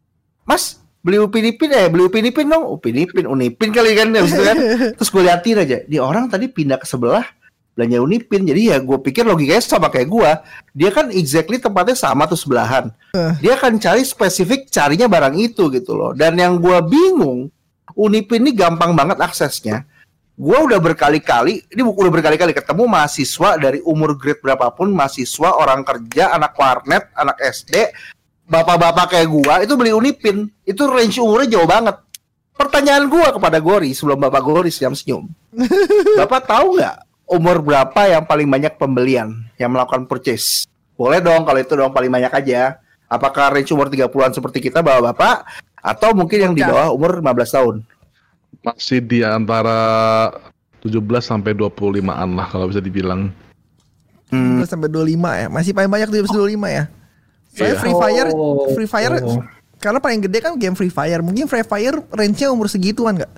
Speaker 4: Mas beli Upin Ipin eh beli Upin Ipin dong, Upin Ipin, Unipin kali kan, habis itu kan. Terus gue liatin aja, di orang tadi pindah ke sebelah belanja Unipin, jadi ya gue pikir logikanya sama kayak gue. Dia kan exactly tempatnya sama tuh sebelahan. Dia akan cari spesifik carinya barang itu gitu loh. Dan yang gue bingung, Unipin ini gampang banget aksesnya. Gue udah berkali-kali, ini udah berkali-kali ketemu mahasiswa dari umur grade berapapun, mahasiswa, orang kerja, anak warnet, anak S D, bapak-bapak kayak gue itu beli Unipin. Itu range umurnya jauh banget. Pertanyaan gue kepada Gori sebelum Bapak Gori senyum-senyum, Bapak tahu nggak umur berapa yang paling banyak pembelian yang melakukan purchase? Boleh dong kalau itu dong paling banyak aja. Apakah range umur tiga puluhan seperti kita bapak-bapak atau mungkin yang di bawah umur lima belas tahun?
Speaker 2: Masih di antara tujuh belas sampai dua puluh limaan lah kalau bisa dibilang.
Speaker 4: Hmm.
Speaker 1: tujuh belas sampai dua puluh lima ya. Masih paling banyak tujuh belas dua puluh lima ya. Soalnya
Speaker 2: Iya.
Speaker 1: Free Fire,
Speaker 3: Oh.
Speaker 1: Free Fire
Speaker 3: Oh.
Speaker 1: karena paling gede kan game Free Fire. Mungkin Free Fire range-nya umur segituan nggak?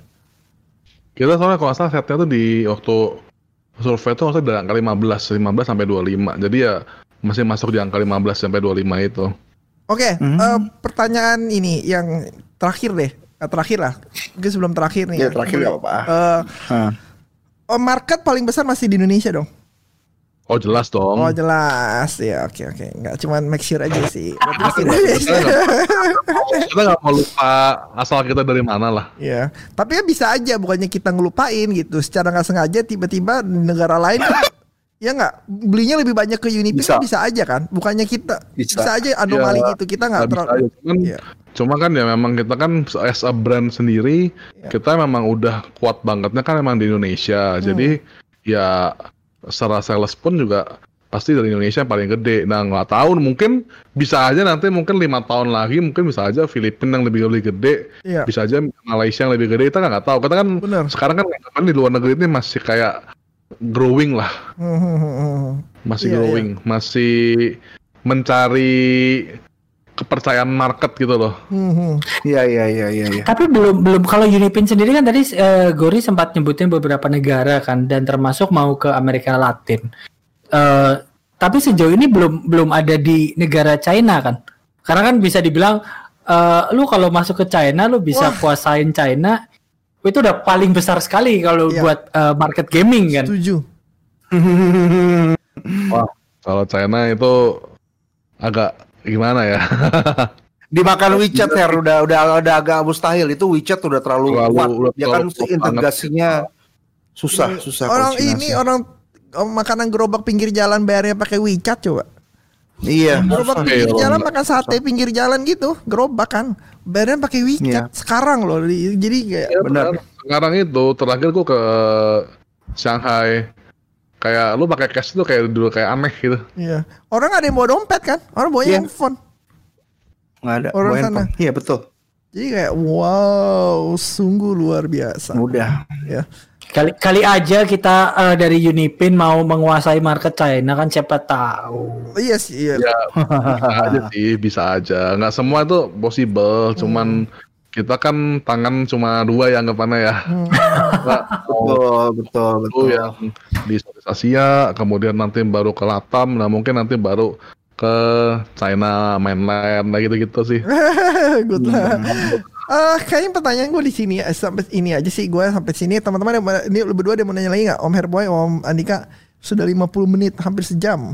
Speaker 2: Kita soalnya kalau nggak salah setnya tuh di waktu survei itu maksudnya dari angka lima belas, lima belas sampai dua puluh lima. Jadi ya masih masuk di angka lima belas sampai dua puluh lima itu.
Speaker 1: Oke,
Speaker 4: Hmm.
Speaker 1: eh, pertanyaan ini yang terakhir deh. Eh, terakhir lah. Mungkin sebelum terakhir nih.
Speaker 4: Ya terakhir nggak apa-apa.
Speaker 1: Eh,
Speaker 4: Hah.
Speaker 1: oh, market paling besar masih di Indonesia dong.
Speaker 2: Oh jelas dong.
Speaker 1: Oh jelas ya, oke oke, nggak cuman make sure aja sih. Berarti masih
Speaker 2: Kita
Speaker 1: Indonesia.
Speaker 2: nggak- kita nggak mau lupa asal kita dari mana lah.
Speaker 1: Ya, tapi ya bisa aja bukannya kita ngelupain gitu. Secara nggak sengaja tiba-tiba di negara lain kan, ya nggak belinya lebih banyak ke Unipin
Speaker 4: Bisa.
Speaker 1: kan bisa aja kan. Bukannya kita
Speaker 4: Bisa.
Speaker 1: bisa, aja anomali
Speaker 2: Ya,
Speaker 1: gitu. Kita nggak
Speaker 2: Nggak bisa
Speaker 1: terlalu.
Speaker 2: aja. Cuman,
Speaker 1: Iya.
Speaker 2: cuma kan ya memang kita kan as a brand sendiri,
Speaker 1: Ya.
Speaker 2: kita memang udah kuat bangetnya kan memang di Indonesia.
Speaker 1: Hmm.
Speaker 2: Jadi ya secara sales pun juga pasti dari Indonesia yang paling gede. Nah nggak tahu mungkin bisa aja nanti mungkin lima tahun lagi mungkin bisa aja Filipina yang lebih lebih gede,
Speaker 1: Iya.
Speaker 2: bisa aja Malaysia yang lebih gede, kita nggak tahu. Kita kan
Speaker 1: Bener.
Speaker 2: sekarang kan kan di luar negeri ini masih kayak growing lah,
Speaker 1: Hmm, hmm, hmm, hmm.
Speaker 2: masih
Speaker 1: Iya,
Speaker 2: growing, masih mencari kepercayaan market gitu loh.
Speaker 1: Hmm.
Speaker 4: Iya iya iya iya. Ya.
Speaker 3: Tapi belum belum kalau Unipin sendiri kan tadi uh, Gori sempat nyebutin beberapa negara kan dan termasuk mau ke Amerika Latin. Uh, tapi sejauh ini belum belum ada di negara China kan? Karena kan bisa dibilang uh, lu kalau masuk ke China lu bisa Wah. kuasain China, itu udah paling besar sekali kalau ya. buat uh, market gaming kan.
Speaker 1: Setuju.
Speaker 2: Wah, kalau China itu agak gimana ya?
Speaker 4: Dimakan WeChat ya udah udah udah agak mustahil, itu WeChat udah terlalu, terlalu kuat. Udah ya kan integrasinya banget. susah ini, susah.
Speaker 1: Orang ini orang oh, makanan gerobak pinggir jalan bayarnya pakai WeChat coba.
Speaker 4: Iya.
Speaker 1: Gerobak pinggir hey, jalan makan sate susah. pinggir jalan gitu, gerobak kan. Bayarnya pakai WeChat. Iya. Sekarang loh. Jadi kayak
Speaker 2: ya, benar. Sekarang itu terakhir gua ke Shanghai. Kayak lu pakai cash itu kayak dulu kayak aneh gitu.
Speaker 1: Iya. Orang ada yang bawa dompet kan? Orang bawa yeah. handphone.
Speaker 4: Nggak ada.
Speaker 1: Orang sana.
Speaker 4: Iya betul.
Speaker 1: Jadi kayak wow, sungguh luar biasa.
Speaker 4: Udah.
Speaker 1: Ya.
Speaker 3: Kali kali aja kita uh, dari Unipin mau menguasai market China kan siapa tahu.
Speaker 1: Iya sih. Iya.
Speaker 2: Ya, bisa aja sih, bisa aja. Nggak semua itu possible. Hmm. Cuman kita kan tangan cuma dua ya anggapannya ya. Hmm. Nah,
Speaker 4: betul, betul, betul.
Speaker 2: Yang di Asia, kemudian nanti baru ke Latam, nah mungkin nanti baru ke China mainland, nah gitu-gitu sih.
Speaker 1: Good lah. Uh, kayaknya pertanyaan gue di sini ya, sampai ini aja sih gue sampai sini. Teman-teman ini berdua ada mau nanya lagi nggak? Om Herboy, Om Andika sudah lima puluh menit, hampir sejam.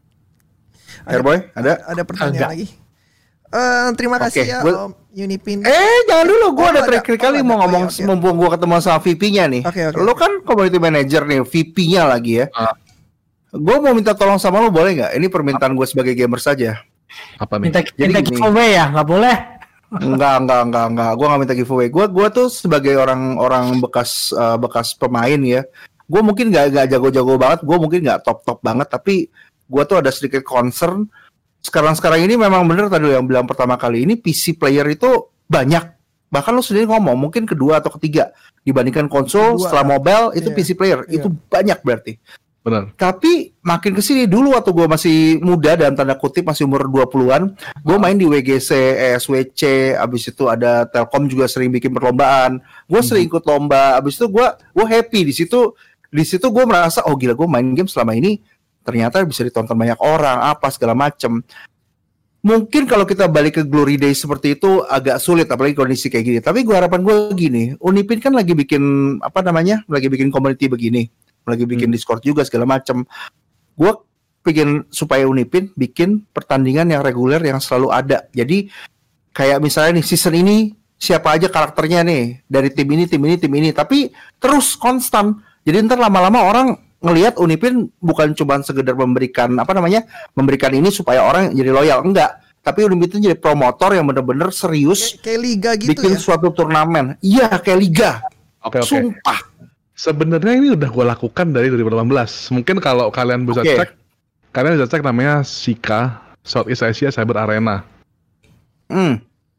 Speaker 4: Herboy, ada?
Speaker 1: Ada pertanyaan Agak. lagi. Uh, terima kasih okay, ya gua... Om Unipin.
Speaker 4: Eh jangan dulu, gue oh, ada terakhir kali oh, mau ada. ngomong oh, ya, okay. mumpung gue ketemu sama V P-nya nih. Okay, okay. Lo kan community manager nih, V P-nya lagi ya. Uh. Gue mau minta tolong sama lo boleh nggak? Ini permintaan gue sebagai gamer saja.
Speaker 3: Apa nih? Minta, minta giveaway ya? Nggak boleh?
Speaker 4: Enggak, enggak, enggak, enggak. Gue nggak minta giveaway. Gue, gue tuh sebagai orang-orang bekas, uh, bekas pemain ya. Gue mungkin nggak, nggak jago-jago banget. Gue mungkin nggak top-top banget. Tapi gue tuh ada sedikit concern. Sekarang-sekarang ini memang bener tadi yang bilang pertama kali ini P C player itu banyak. Bahkan lo sendiri ngomong mungkin kedua atau ketiga dibandingkan konsol. Kedua, setelah mobile itu yeah. P C player yeah. itu banyak berarti.
Speaker 2: Benar.
Speaker 4: Tapi makin kesini dulu waktu gue masih muda dalam tanda kutip masih umur dua puluhan, gue main di W G C, E S W C, abis itu ada Telkom juga sering bikin perlombaan. Gue hmm. sering ikut lomba, abis itu gue gue happy di situ. Di situ gue merasa oh gila gue main game selama ini ternyata bisa ditonton banyak orang, apa segala macem. Mungkin kalau kita balik ke Glory Days seperti itu agak sulit, apalagi kondisi kayak gini. Tapi gue harapan gue gini, Unipin kan lagi bikin apa namanya, lagi bikin community begini, lagi bikin hmm. Discord juga segala macem. Gue pengen supaya Unipin bikin pertandingan yang reguler yang selalu ada. Jadi kayak misalnya nih season ini siapa aja karakternya nih dari tim ini, tim ini, tim ini, tapi terus konstan. Jadi ntar lama-lama orang ngelihat Unipin bukan cuma sekedar memberikan apa namanya memberikan ini supaya orang jadi loyal, enggak, tapi Unipin itu jadi promotor yang benar-benar serius
Speaker 1: kayak, kayak liga gitu
Speaker 4: bikin
Speaker 1: ya?
Speaker 4: suatu turnamen, iya kayak liga.
Speaker 2: Oke oke.
Speaker 4: Sumpah.
Speaker 2: Sebenarnya ini udah gue lakukan dari dua ribu delapan belas. Mungkin kalau kalian bisa okay. cek, kalian bisa cek namanya Sika Southeast Asia Cyber Arena.
Speaker 4: Hmm.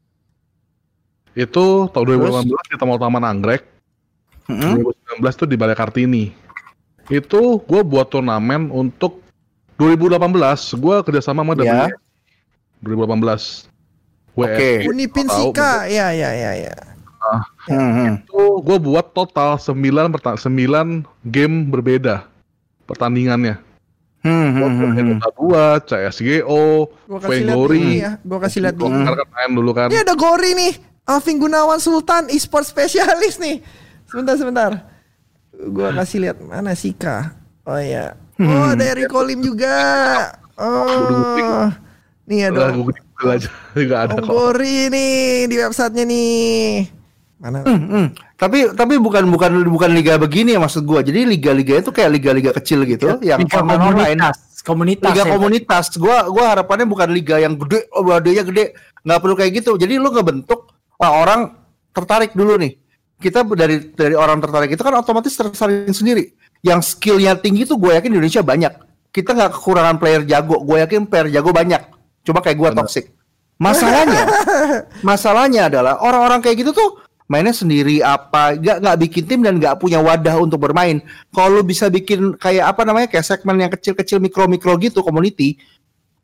Speaker 2: Itu tahun dua ribu delapan belas kita mau Taman Anggrek. Hmm. dua ribu sembilan belas tuh di Balai Kartini. Itu gue buat turnamen untuk dua ribu delapan belas, gue kerjasama sama
Speaker 4: yeah.
Speaker 2: W F dua ribu delapan belas.
Speaker 4: Oke. Okay.
Speaker 1: Unipin Sika, ya ya ya ya.
Speaker 2: Nah, hmm. Itu gue buat total sembilan perta- sembilan game berbeda pertandingannya.
Speaker 4: Hmm, hmm, hmm.
Speaker 2: Dota dua, C S G O, Glory.
Speaker 1: Ya. Gue kasih lihat dulu.
Speaker 2: Kan main dulu kan.
Speaker 1: Ini ada Gori nih, Alvin Gunawan Sultan, e-sport spesialis nih. Sebentar sebentar. Gue kasih lihat mana Sika. Oh ya. Oh ada Rico Lim juga. Oh. Nih ada.
Speaker 2: Google aja. Enggak ada kok.
Speaker 1: Gori nih di websitenya nih. Mana?
Speaker 4: Hmm, hmm. Tapi tapi bukan bukan bukan liga begini ya maksud gue. Jadi liga-liga itu kayak liga-liga kecil gitu
Speaker 3: liga,
Speaker 4: yang
Speaker 3: liga komunitas. Komunitas.
Speaker 4: Liga
Speaker 3: ya,
Speaker 4: komunitas. Gue gue harapannya bukan liga yang gede. Oh wadahnya gede. Nggak perlu kayak gitu. Jadi lu ngebentuk wah, orang tertarik dulu nih. Kita dari dari orang tertarik itu kan otomatis tersaring sendiri. Yang skillnya tinggi tuh gue yakin di Indonesia banyak. Kita nggak kekurangan player jago. Gue yakin player jago banyak. Coba kayak gue toxic. Masalahnya, masalahnya adalah orang-orang kayak gitu tuh mainnya sendiri apa, nggak nggak bikin tim dan nggak punya wadah untuk bermain. Kalau lu bisa bikin kayak apa namanya kayak segmen yang kecil-kecil mikro-mikro gitu community,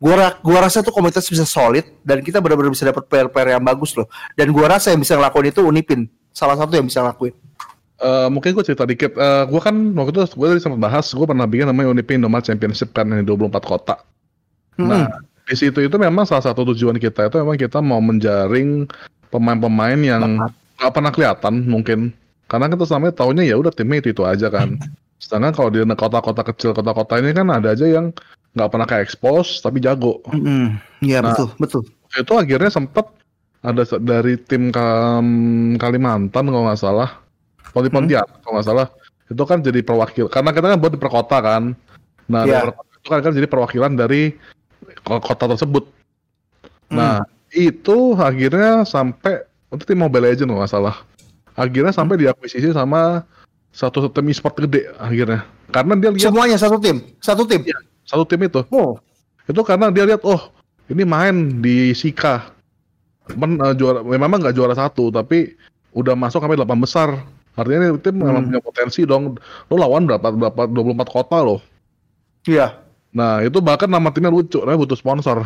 Speaker 4: Gua ra- gua rasa tuh komunitas bisa solid dan kita benar-benar bisa dapat player-player yang bagus loh. Dan gua rasa yang bisa ngelakuin itu Unipin. Salah satu yang bisa ngelakuin.
Speaker 2: Uh, mungkin gue cerita dikit. Uh, gue kan waktu itu gue tadi sempat bahas, gue pernah bikin namanya Unipin Indomaret Championship kan yang di dua puluh empat kota.
Speaker 4: Hmm.
Speaker 2: Nah, di situ itu memang salah satu tujuan kita itu memang kita mau menjaring pemain-pemain yang nggak pernah kelihatan mungkin. Karena kita selama tahunya ya udah timnya itu itu aja kan. Sedangkan kalau di kota-kota kecil, kota-kota ini kan ada aja yang nggak pernah kayak expose tapi jago.
Speaker 4: Iya
Speaker 2: Nah,
Speaker 4: betul betul.
Speaker 2: Itu akhirnya sempat ada se- dari tim Kam- Kalimantan kalau nggak salah, kalau di Pontianak kalau nggak salah, itu kan jadi perwakil. Karena kita kan buat di per kota kan. Nah,
Speaker 4: Iya.
Speaker 2: dari per kota itu kan, kan jadi perwakilan dari ko- kota tersebut. Nah, itu akhirnya sampai untuk tim Mobile Legends kalau nggak salah. Akhirnya sampai diakuisisi sama satu tim e-sport gede akhirnya. Karena dia lihat
Speaker 4: Semuanya satu tim, satu tim.
Speaker 2: satu tim itu.
Speaker 4: Oh,
Speaker 2: Itu karena dia lihat, oh ini main di Sika. Men, uh, juara, memang nggak juara satu, tapi udah masuk sampai delapan besar. Artinya ini tim memang punya potensi dong. Lo lawan berapa berapa dua puluh empat kota loh.
Speaker 4: iya.
Speaker 2: Nah itu bahkan nama timnya lucu, namanya butuh sponsor.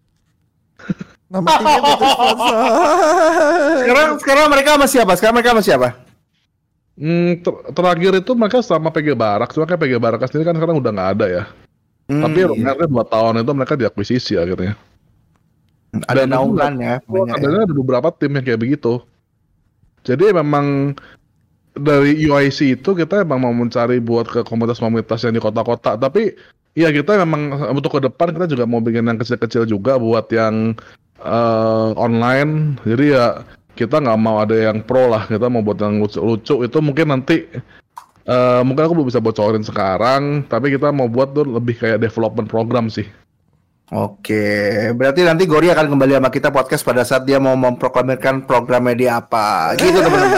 Speaker 1: Nama timnya butuh sponsor.
Speaker 4: Sekarang sekarang mereka sama siapa? Sekarang mereka sama siapa?
Speaker 2: Hmm, ter- terakhir itu mereka sama P G Barak, cuma kan P G Barak sendiri kan sekarang udah nggak ada ya.
Speaker 4: Hmm,
Speaker 2: Tapi
Speaker 4: iya.
Speaker 2: akhirnya dua tahun itu mereka diakuisisi akhirnya.
Speaker 4: Ada
Speaker 2: Dan
Speaker 4: naungan ya.
Speaker 2: Oh,
Speaker 4: banyak ya.
Speaker 2: ada ada beberapa tim yang kayak begitu. Jadi memang dari U I C itu kita emang mau mencari buat ke komunitas-komunitas yang di kota-kota. Tapi ya kita memang untuk ke depan kita juga mau bikin yang kecil-kecil juga buat yang eh, online. Jadi ya kita nggak mau ada yang pro lah. Kita mau buat yang lucu-lucu. Itu mungkin nanti eh, mungkin aku belum bisa bocorin sekarang. Tapi kita mau buat tuh lebih kayak development program sih.
Speaker 4: Oke, berarti nanti Gori akan kembali sama kita podcast pada saat dia mau memproklamirkan programnya dia apa, gitu teman-teman.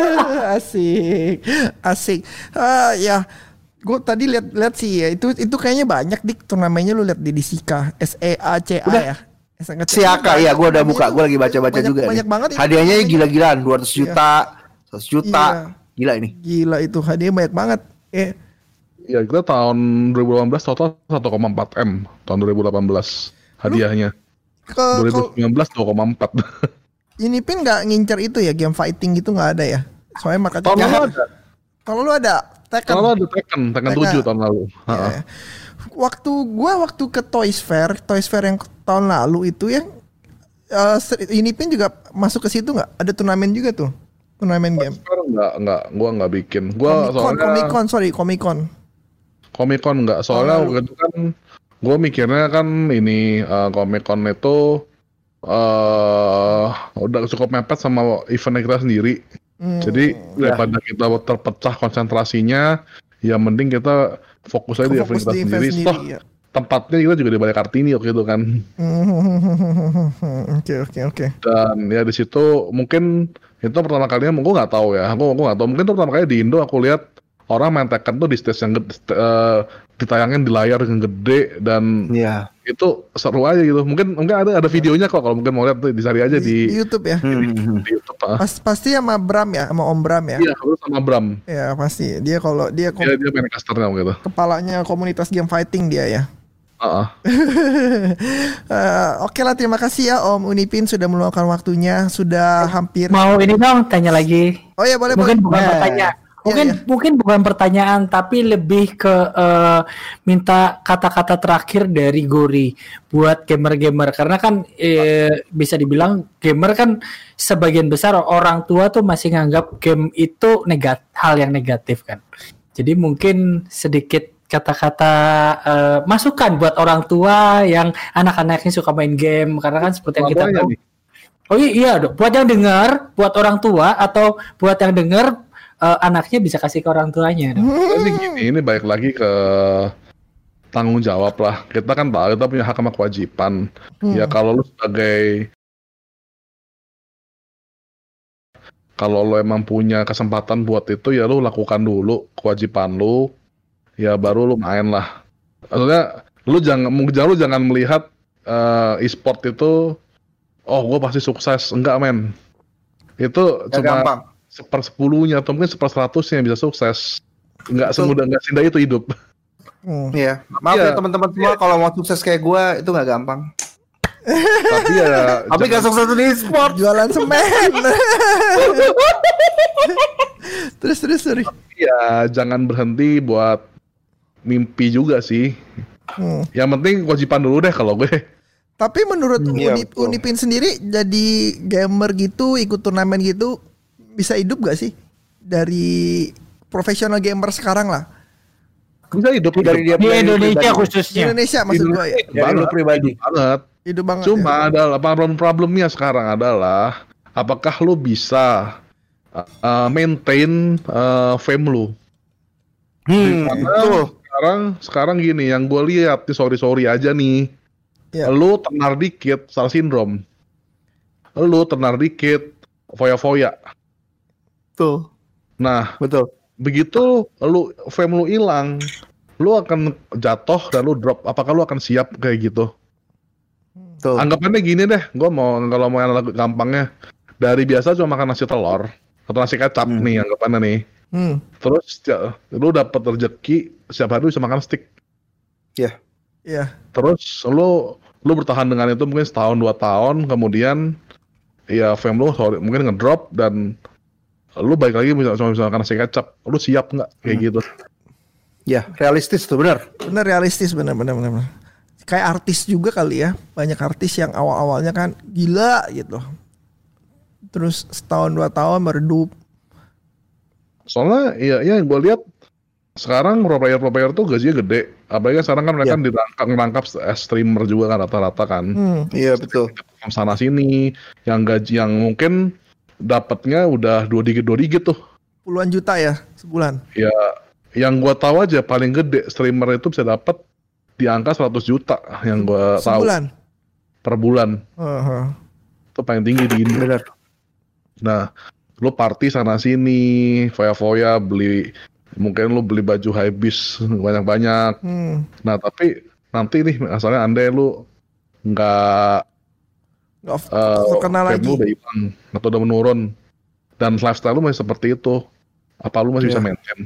Speaker 1: Asik, asik. Ah ya, gue tadi lihat-lihat sih ya, itu itu kayaknya banyak dik turnamennya lu lihat di Disika, S E A C A
Speaker 4: Udah.
Speaker 1: ya.
Speaker 4: Siaka ya, gue udah buka, gue lagi baca-baca
Speaker 1: Banyak-
Speaker 4: juga.
Speaker 1: banyak
Speaker 4: nih.
Speaker 1: banget itu
Speaker 4: Hadiahnya
Speaker 1: turnamennya.
Speaker 4: gila-gilaan, dua ratus juta, seratus juta,
Speaker 1: Iya.
Speaker 4: gila ini.
Speaker 1: Gila itu hadiah banyak banget. Eh,
Speaker 2: Ya kita tahun dua ribu delapan belas total satu koma empat M tahun dua ribu delapan belas hadiahnya.
Speaker 1: ke
Speaker 2: dua ribu
Speaker 1: kalau
Speaker 2: sembilan belas dua koma empat.
Speaker 1: ini pin nggak ngincer itu ya game fighting gitu nggak ada ya? Soalnya makanya
Speaker 2: Tahun lalu ada.
Speaker 1: kalau lu ada Tekken.
Speaker 2: Tahun lalu ada Tekken, Tekken
Speaker 1: Tekken.
Speaker 2: tujuh tahun lalu.
Speaker 1: Ya,
Speaker 2: Ha-ha.
Speaker 1: ya. Waktu gua waktu ke Toys Fair, Toys Fair yang tahun lalu itu ya, eh, ser- ini pin juga masuk ke situ nggak? Ada turnamen juga tuh, turnamen game.
Speaker 2: Sekarang nggak nggak, gua nggak bikin. Gua
Speaker 1: Comic Con,
Speaker 2: soalnya
Speaker 1: Comic Con, sorry Comic Con.
Speaker 2: Comic Con nggak. Soalnya
Speaker 1: Oh,
Speaker 2: waktu itu kan gua mikirnya kan ini uh, Comic Con itu eh udah cukup mepet sama event kita sendiri.
Speaker 1: Hmm.
Speaker 2: Jadi daripada kita terpecah konsentrasinya, ya mending kita fokus aja di event
Speaker 1: Fokus
Speaker 2: kita
Speaker 1: di event
Speaker 2: sendiri.
Speaker 1: sendiri,
Speaker 2: Toh
Speaker 1: ya.
Speaker 2: tempatnya kita juga di Balai Kartini waktu itu kan.
Speaker 1: Oke oke oke.
Speaker 2: Dan ya di situ mungkin itu pertama kalinya, gue nggak tahu ya, aku gue nggak tahu. Mungkin itu pertama kali di Indo aku lihat orang main Tekken tuh di stage yang gede, eh, ditayangin di layar yang gede dan
Speaker 4: Iya.
Speaker 2: itu seru aja gitu. Mungkin mungkin ada ada videonya kok kalau mungkin mau lihat tuh dicari aja
Speaker 1: Di,
Speaker 2: di,
Speaker 1: di YouTube ya.
Speaker 4: Hmm.
Speaker 2: di YouTube. ah.
Speaker 1: Pas, pasti sama Bram ya, sama Om Bram ya.
Speaker 2: Iya, harus sama Bram.
Speaker 1: Ya pasti. Dia kalau dia kom-
Speaker 2: Dia dia main casternya gitu.
Speaker 1: kepalanya komunitas game fighting dia ya.
Speaker 2: Heeh.
Speaker 1: Eh, Oke lah, terima kasih ya Om Unipin sudah meluangkan waktunya, sudah hampir.
Speaker 3: Mau ini dong tanya lagi.
Speaker 1: Oh ya boleh
Speaker 3: Mungkin
Speaker 1: boleh.
Speaker 3: bukan
Speaker 4: Nah.
Speaker 3: pertanyaan.
Speaker 1: Iya,
Speaker 3: Mungkin
Speaker 1: iya.
Speaker 3: mungkin bukan pertanyaan tapi lebih ke eh, minta kata-kata terakhir dari Gori buat gamer-gamer karena kan eh, bisa dibilang gamer kan sebagian besar orang tua tuh masih nganggap game itu negat hal yang negatif kan. Jadi mungkin sedikit kata-kata eh, masukan buat orang tua yang anak-anaknya suka main game karena kan seperti yang kita
Speaker 2: Semuanya
Speaker 3: tahu.
Speaker 2: nih.
Speaker 3: Oh iya, iya dong. Buat yang dengar, buat orang tua atau buat yang dengar eh, anaknya bisa kasih ke orang tuanya. dong.
Speaker 2: Jadi gini, ini balik lagi ke tanggung jawab lah. Kita kan tahu kita punya hak sama kewajiban. Ya kalau lu sebagai kalau lu emang punya kesempatan buat itu ya lu lakukan dulu kewajiban lu. Ya baru lu main lah. Maksudnya lu jangan mungkin lu jangan melihat eh, e-sport itu oh gue pasti sukses. Enggak men. Itu
Speaker 4: Gak
Speaker 2: cuma
Speaker 4: gampang.
Speaker 2: seper sepuluhnya atau mungkin seper seratusnya yang bisa sukses. Nggak
Speaker 4: Betul.
Speaker 2: semudah nggak seindah itu hidup.
Speaker 1: Hmm.
Speaker 4: Iya. Maaf
Speaker 2: Iya.
Speaker 4: ya teman-teman semua kalau mau sukses kayak gue itu nggak gampang.
Speaker 2: Tapi ya
Speaker 4: Tapi
Speaker 2: jangan-
Speaker 4: gak sukses di e-sport.
Speaker 1: Jualan semen. terus terus sorry.
Speaker 2: ya jangan berhenti buat mimpi juga sih.
Speaker 1: Hmm.
Speaker 2: Yang penting kewajiban dulu deh kalau gue.
Speaker 1: Tapi menurut
Speaker 4: Hmm, iya,
Speaker 1: Unip,
Speaker 4: betul.
Speaker 1: Unipin sendiri jadi gamer gitu, ikut turnamen gitu bisa hidup gak sih dari profesional gamer sekarang lah?
Speaker 2: Bisa hidup
Speaker 4: Dari dia
Speaker 3: Di
Speaker 4: dari lu
Speaker 3: Indonesia
Speaker 4: pribadi.
Speaker 1: Di
Speaker 3: khususnya.
Speaker 1: Indonesia maksud gue ya.
Speaker 4: Dari lu pribadi.
Speaker 2: banget.
Speaker 1: Hidup banget.
Speaker 2: Cuma
Speaker 1: ya.
Speaker 2: adalah problem problemnya sekarang adalah apakah lu bisa uh, maintain uh, fame lu?
Speaker 4: Hmm,
Speaker 2: Karena
Speaker 4: betul.
Speaker 2: sekarang sekarang gini yang gue lihat nih sorry sorry aja nih,
Speaker 1: Ya.
Speaker 2: lu tenar dikit star syndrome, lu tenar dikit foya-foya.
Speaker 4: Betul.
Speaker 2: Nah
Speaker 4: Betul.
Speaker 2: begitu lu fame lu hilang, lu akan jatuh dan lu drop. Apakah lu akan siap kayak gitu?
Speaker 4: Betul.
Speaker 2: Anggapannya gini deh, gue mau kalau mau yang lebih gampangnya dari biasa cuma makan nasi telur atau nasi kecap
Speaker 4: Hmm.
Speaker 2: nih anggapannya nih.
Speaker 1: Hmm.
Speaker 2: Terus ya, lu dapat rezeki setiap hari lu bisa makan steak.
Speaker 1: Iya.
Speaker 2: Terus lu lu bertahan dengan itu mungkin setahun dua tahun, kemudian ya fame lu sorry, mungkin ngedrop dan lu balik lagi bisa cuma bisa makan nasi kecap. Lu siap nggak kayak gitu?
Speaker 4: Ya, realistis tuh benar.
Speaker 1: Bener realistis bener bener bener. bener. Kayak artis juga kali ya. Banyak artis yang awal-awalnya kan gila gitu. Terus setahun dua tahun meredup.
Speaker 2: Soalnya ya ya gue lihat sekarang pro player pro player tuh gajinya gede. Apalagi kan sekarang kan mereka
Speaker 4: Ya.
Speaker 2: dirangkap ngerangkap streamer juga kan rata-rata kan.
Speaker 1: Hmm.
Speaker 4: Iya, betul.
Speaker 2: Sana sini yang gaji yang mungkin dapatnya udah dua digit dua digit tuh.
Speaker 1: Puluhan juta ya sebulan.
Speaker 2: Ya yang gua tahu aja paling gede streamer itu bisa dapat di angka seratus juta yang gua tahu
Speaker 1: Sebulan.
Speaker 2: per bulan.
Speaker 1: Uh-huh.
Speaker 2: Itu paling tinggi di Indo.
Speaker 4: Benar.
Speaker 2: Nah, lu party sana sini, foya-foya beli mungkin lu beli baju Hypebeast banyak-banyak.
Speaker 1: Hmm.
Speaker 2: Nah, tapi nanti nih asalnya andai lu nggak
Speaker 1: Nggak
Speaker 2: eh,
Speaker 1: terkenal
Speaker 2: fame
Speaker 1: lagi.
Speaker 2: lu udah hilang atau udah menurun dan lifestyle lu masih seperti itu, apa lu masih bisa
Speaker 4: Iya.
Speaker 2: maintain?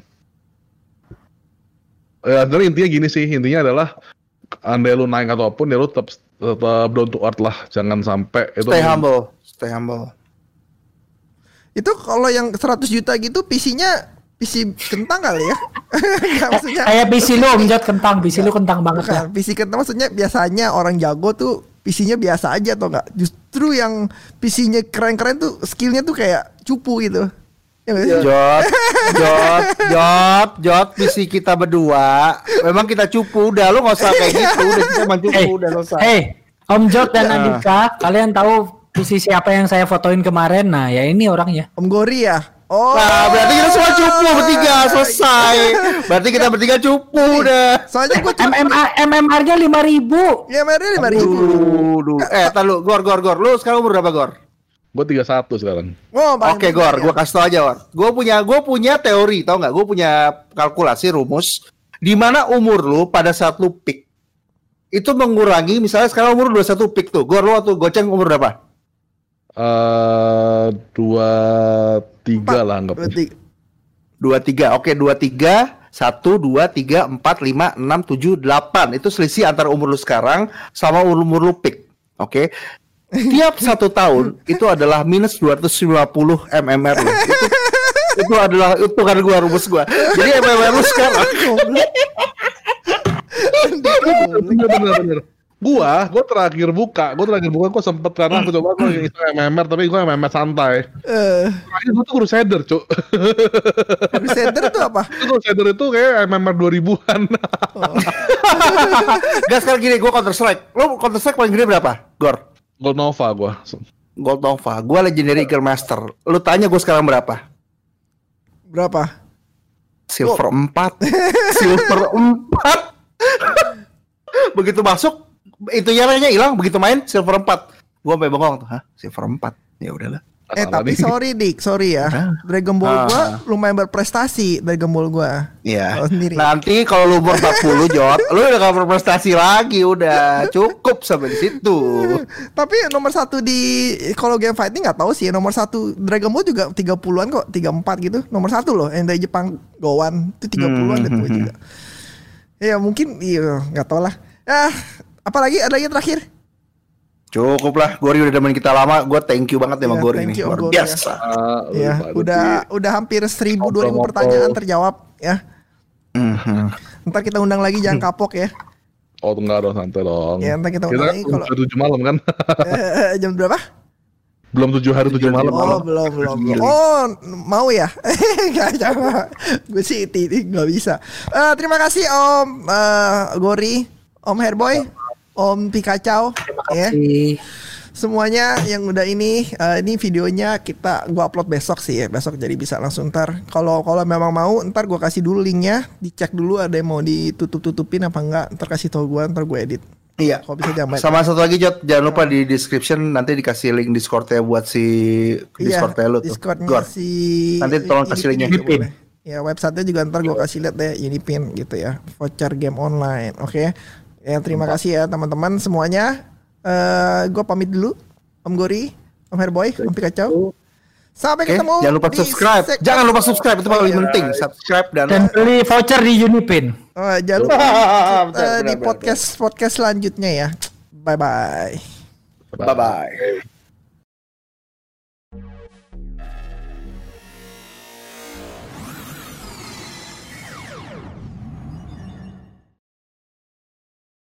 Speaker 2: Ya, jadi intinya gini sih, intinya adalah andai lu naik ataupun ya lu tetap tetap down to earth lah, jangan sampai itu
Speaker 4: Stay humble. Stay humble.
Speaker 1: Itu kalau yang seratus juta gitu P C-nya P C kentang kali ya? Nggak, maksudnya
Speaker 3: Kayak P C lu Om Jod kentang, P C lu kentang banget ya.
Speaker 1: bukan P C kentang, maksudnya biasanya orang jago tuh P C-nya biasa aja atau enggak? Justru yang P C-nya keren-keren tuh skillnya tuh kayak cupu gitu. Ya nggak sih?
Speaker 4: Jot, Jot, Jot, Jot, misi kita berdua. Memang kita cupu, udah lu nggak usah kayak gitu, udah kita cuma cupu,
Speaker 3: Hey,
Speaker 4: udah nggak usah.
Speaker 3: hey, Om Jod dan
Speaker 4: Ya.
Speaker 3: Andika, kalian tahu P C siapa yang saya fotoin kemarin? Nah, ya ini orangnya.
Speaker 1: Om Gori ya? Oh.
Speaker 4: Nah, berarti kita semua cupu bertiga, selesai. Berarti kita bertiga cupu udah.
Speaker 1: Soalnya gue
Speaker 3: M M A M M R-nya lima ribu.
Speaker 1: ya mereka lima ribu.
Speaker 4: Dulu, dulu. Eh, tar lu, Gor, Gor, Gor. Lu sekarang umur berapa, Gor?
Speaker 2: gue tiga puluh satu sekarang.
Speaker 1: Oh, paling
Speaker 4: Oke,
Speaker 1: bener
Speaker 4: Gor,
Speaker 1: ya.
Speaker 4: gua kasih tau aja, Gor. Gua punya gua punya teori, tau nggak? Gua punya kalkulasi rumus di mana umur lu pada saat lu peak itu mengurangi, misalnya sekarang umur dua puluh satu peak tuh. Gor, lu waktu goceng umur berapa?
Speaker 2: Eh dua tiga lah anggap.
Speaker 1: Berarti
Speaker 4: dua puluh tiga. Oke, dua puluh tiga, satu, dua, tiga, empat, lima, enam, tujuh, delapan. Itu selisih antara umur lu sekarang sama umur lu peak. Oke. Tiap satu tahun itu adalah minus dua ratus lima puluh M M R lu. Itu, itu adalah itu kan gua rumus gua. Jadi M M R lu sekarang
Speaker 2: Bener bener bener. Gua, gua terakhir buka, gua terakhir buka, gua sempet karena aku coba gua install M M R tapi gua M M R santai.
Speaker 1: eh
Speaker 2: Terakhir gua tuh Crusader, cuk.
Speaker 1: Crusader tuh apa?
Speaker 2: Itu Crusader itu kayak M M R dua ribuan.
Speaker 4: Gak sekarang gini, gue Counter Strike. Lo Counter Strike paling gede berapa? Gor?
Speaker 2: Gold Nova gua.
Speaker 4: Gold Nova. Gue Legendary Eagle Master. Lo tanya gue sekarang berapa?
Speaker 1: Berapa?
Speaker 4: Silver empat. Silver empat. Begitu masuk, itu nyalanya hilang. Begitu main, Silver empat. Gue sampai bengong tuh. Hah? Silver empat? Ya udahlah.
Speaker 1: Eh
Speaker 2: Salah
Speaker 1: tapi
Speaker 2: nih.
Speaker 1: sorry Dik, sorry ya. Dragon Ball
Speaker 4: Ah.
Speaker 1: gua lumayan berprestasi Dragon Ball gua.
Speaker 4: Iya.
Speaker 1: Kalau sendiri.
Speaker 4: Nanti kalau lu umur empat puluh, Jot, lu udah gak berprestasi lagi. Udah cukup sampai di situ.
Speaker 1: Tapi nomor satu di kalau game fighting nggak tahu sih. Nomor satu Dragon Ball juga tiga puluhan kok, tiga puluh empat gitu. Nomor satu loh yang dari Jepang Gowan itu tiga puluhan deh
Speaker 4: Hmm,
Speaker 1: gua
Speaker 4: hmm,
Speaker 1: juga. Ya mungkin iya nggak tahu lah. Ah, apalagi ada lagi terakhir?
Speaker 4: Cukup lah, Gori udah nemenin kita lama. Gue thank you banget ya sama
Speaker 1: Ya,
Speaker 4: Gori
Speaker 1: thank
Speaker 4: nih,
Speaker 1: you, Om
Speaker 4: luar
Speaker 1: Gori,
Speaker 4: biasa.
Speaker 2: Ah,
Speaker 1: Ya,
Speaker 2: lupa,
Speaker 1: udah
Speaker 2: lupa.
Speaker 1: udah hampir seribu dua ribu
Speaker 2: Ngobrol-ngobrol.
Speaker 1: pertanyaan terjawab ya.
Speaker 4: Mhm.
Speaker 1: Ntar kita undang lagi jangan kapok ya.
Speaker 2: Oh enggak dong, santai dong.
Speaker 1: Ya, ntar kita
Speaker 2: Kita
Speaker 1: undang
Speaker 2: kan
Speaker 1: lagi
Speaker 2: belum
Speaker 1: kalau
Speaker 2: tujuh malam kan?
Speaker 1: Eh, jam berapa?
Speaker 2: Belum tujuh hari tujuh malam.
Speaker 1: Oh belum belum belum. Oh mau ya? Gak coba. Gue sih tidak nggak bisa. Eh, terima kasih Om eh, Gori, Om Hairboy, Om Pikacau. Ya.
Speaker 3: Si
Speaker 1: Semuanya yang udah ini eh, ini videonya kita gua upload besok sih ya, besok jadi bisa langsung ntar kalau kalau memang mau ntar gua kasih dulu linknya, dicek dulu ada yang mau ditutup tutupin apa enggak, ntar kasih tau gua, ntar gue edit.
Speaker 4: Iya.
Speaker 1: Kalau bisa jangan banyak.
Speaker 4: Sama satu lagi Jot, jangan lupa di description nanti dikasih link Discord-nya buat si Discord-nya lu tuh.
Speaker 1: Discordnya
Speaker 4: Gor.
Speaker 1: si
Speaker 4: Nanti tolong kasih
Speaker 1: Unipin
Speaker 4: linknya.
Speaker 1: juga boleh. Ya websitenya juga ntar gue kasih lihat deh Unipin gitu ya, voucher game online. Oke. Ya terima kasih ya teman-teman semuanya. Eh gue pamit dulu, Om Gori, Om Hairboy, Om Pikacau. Sampai
Speaker 4: Oke,
Speaker 1: ketemu.
Speaker 4: jangan lupa
Speaker 1: di
Speaker 4: subscribe.
Speaker 1: segmen-
Speaker 4: Jangan lupa subscribe, itu paling
Speaker 1: Iya.
Speaker 4: penting. Subscribe dan
Speaker 3: dan beli voucher di Unipin.
Speaker 1: Oh, jangan lupa
Speaker 4: Benar,
Speaker 1: eh,
Speaker 4: benar,
Speaker 1: di
Speaker 4: benar,
Speaker 1: podcast podcast selanjutnya ya. Bye bye.
Speaker 4: bye bye.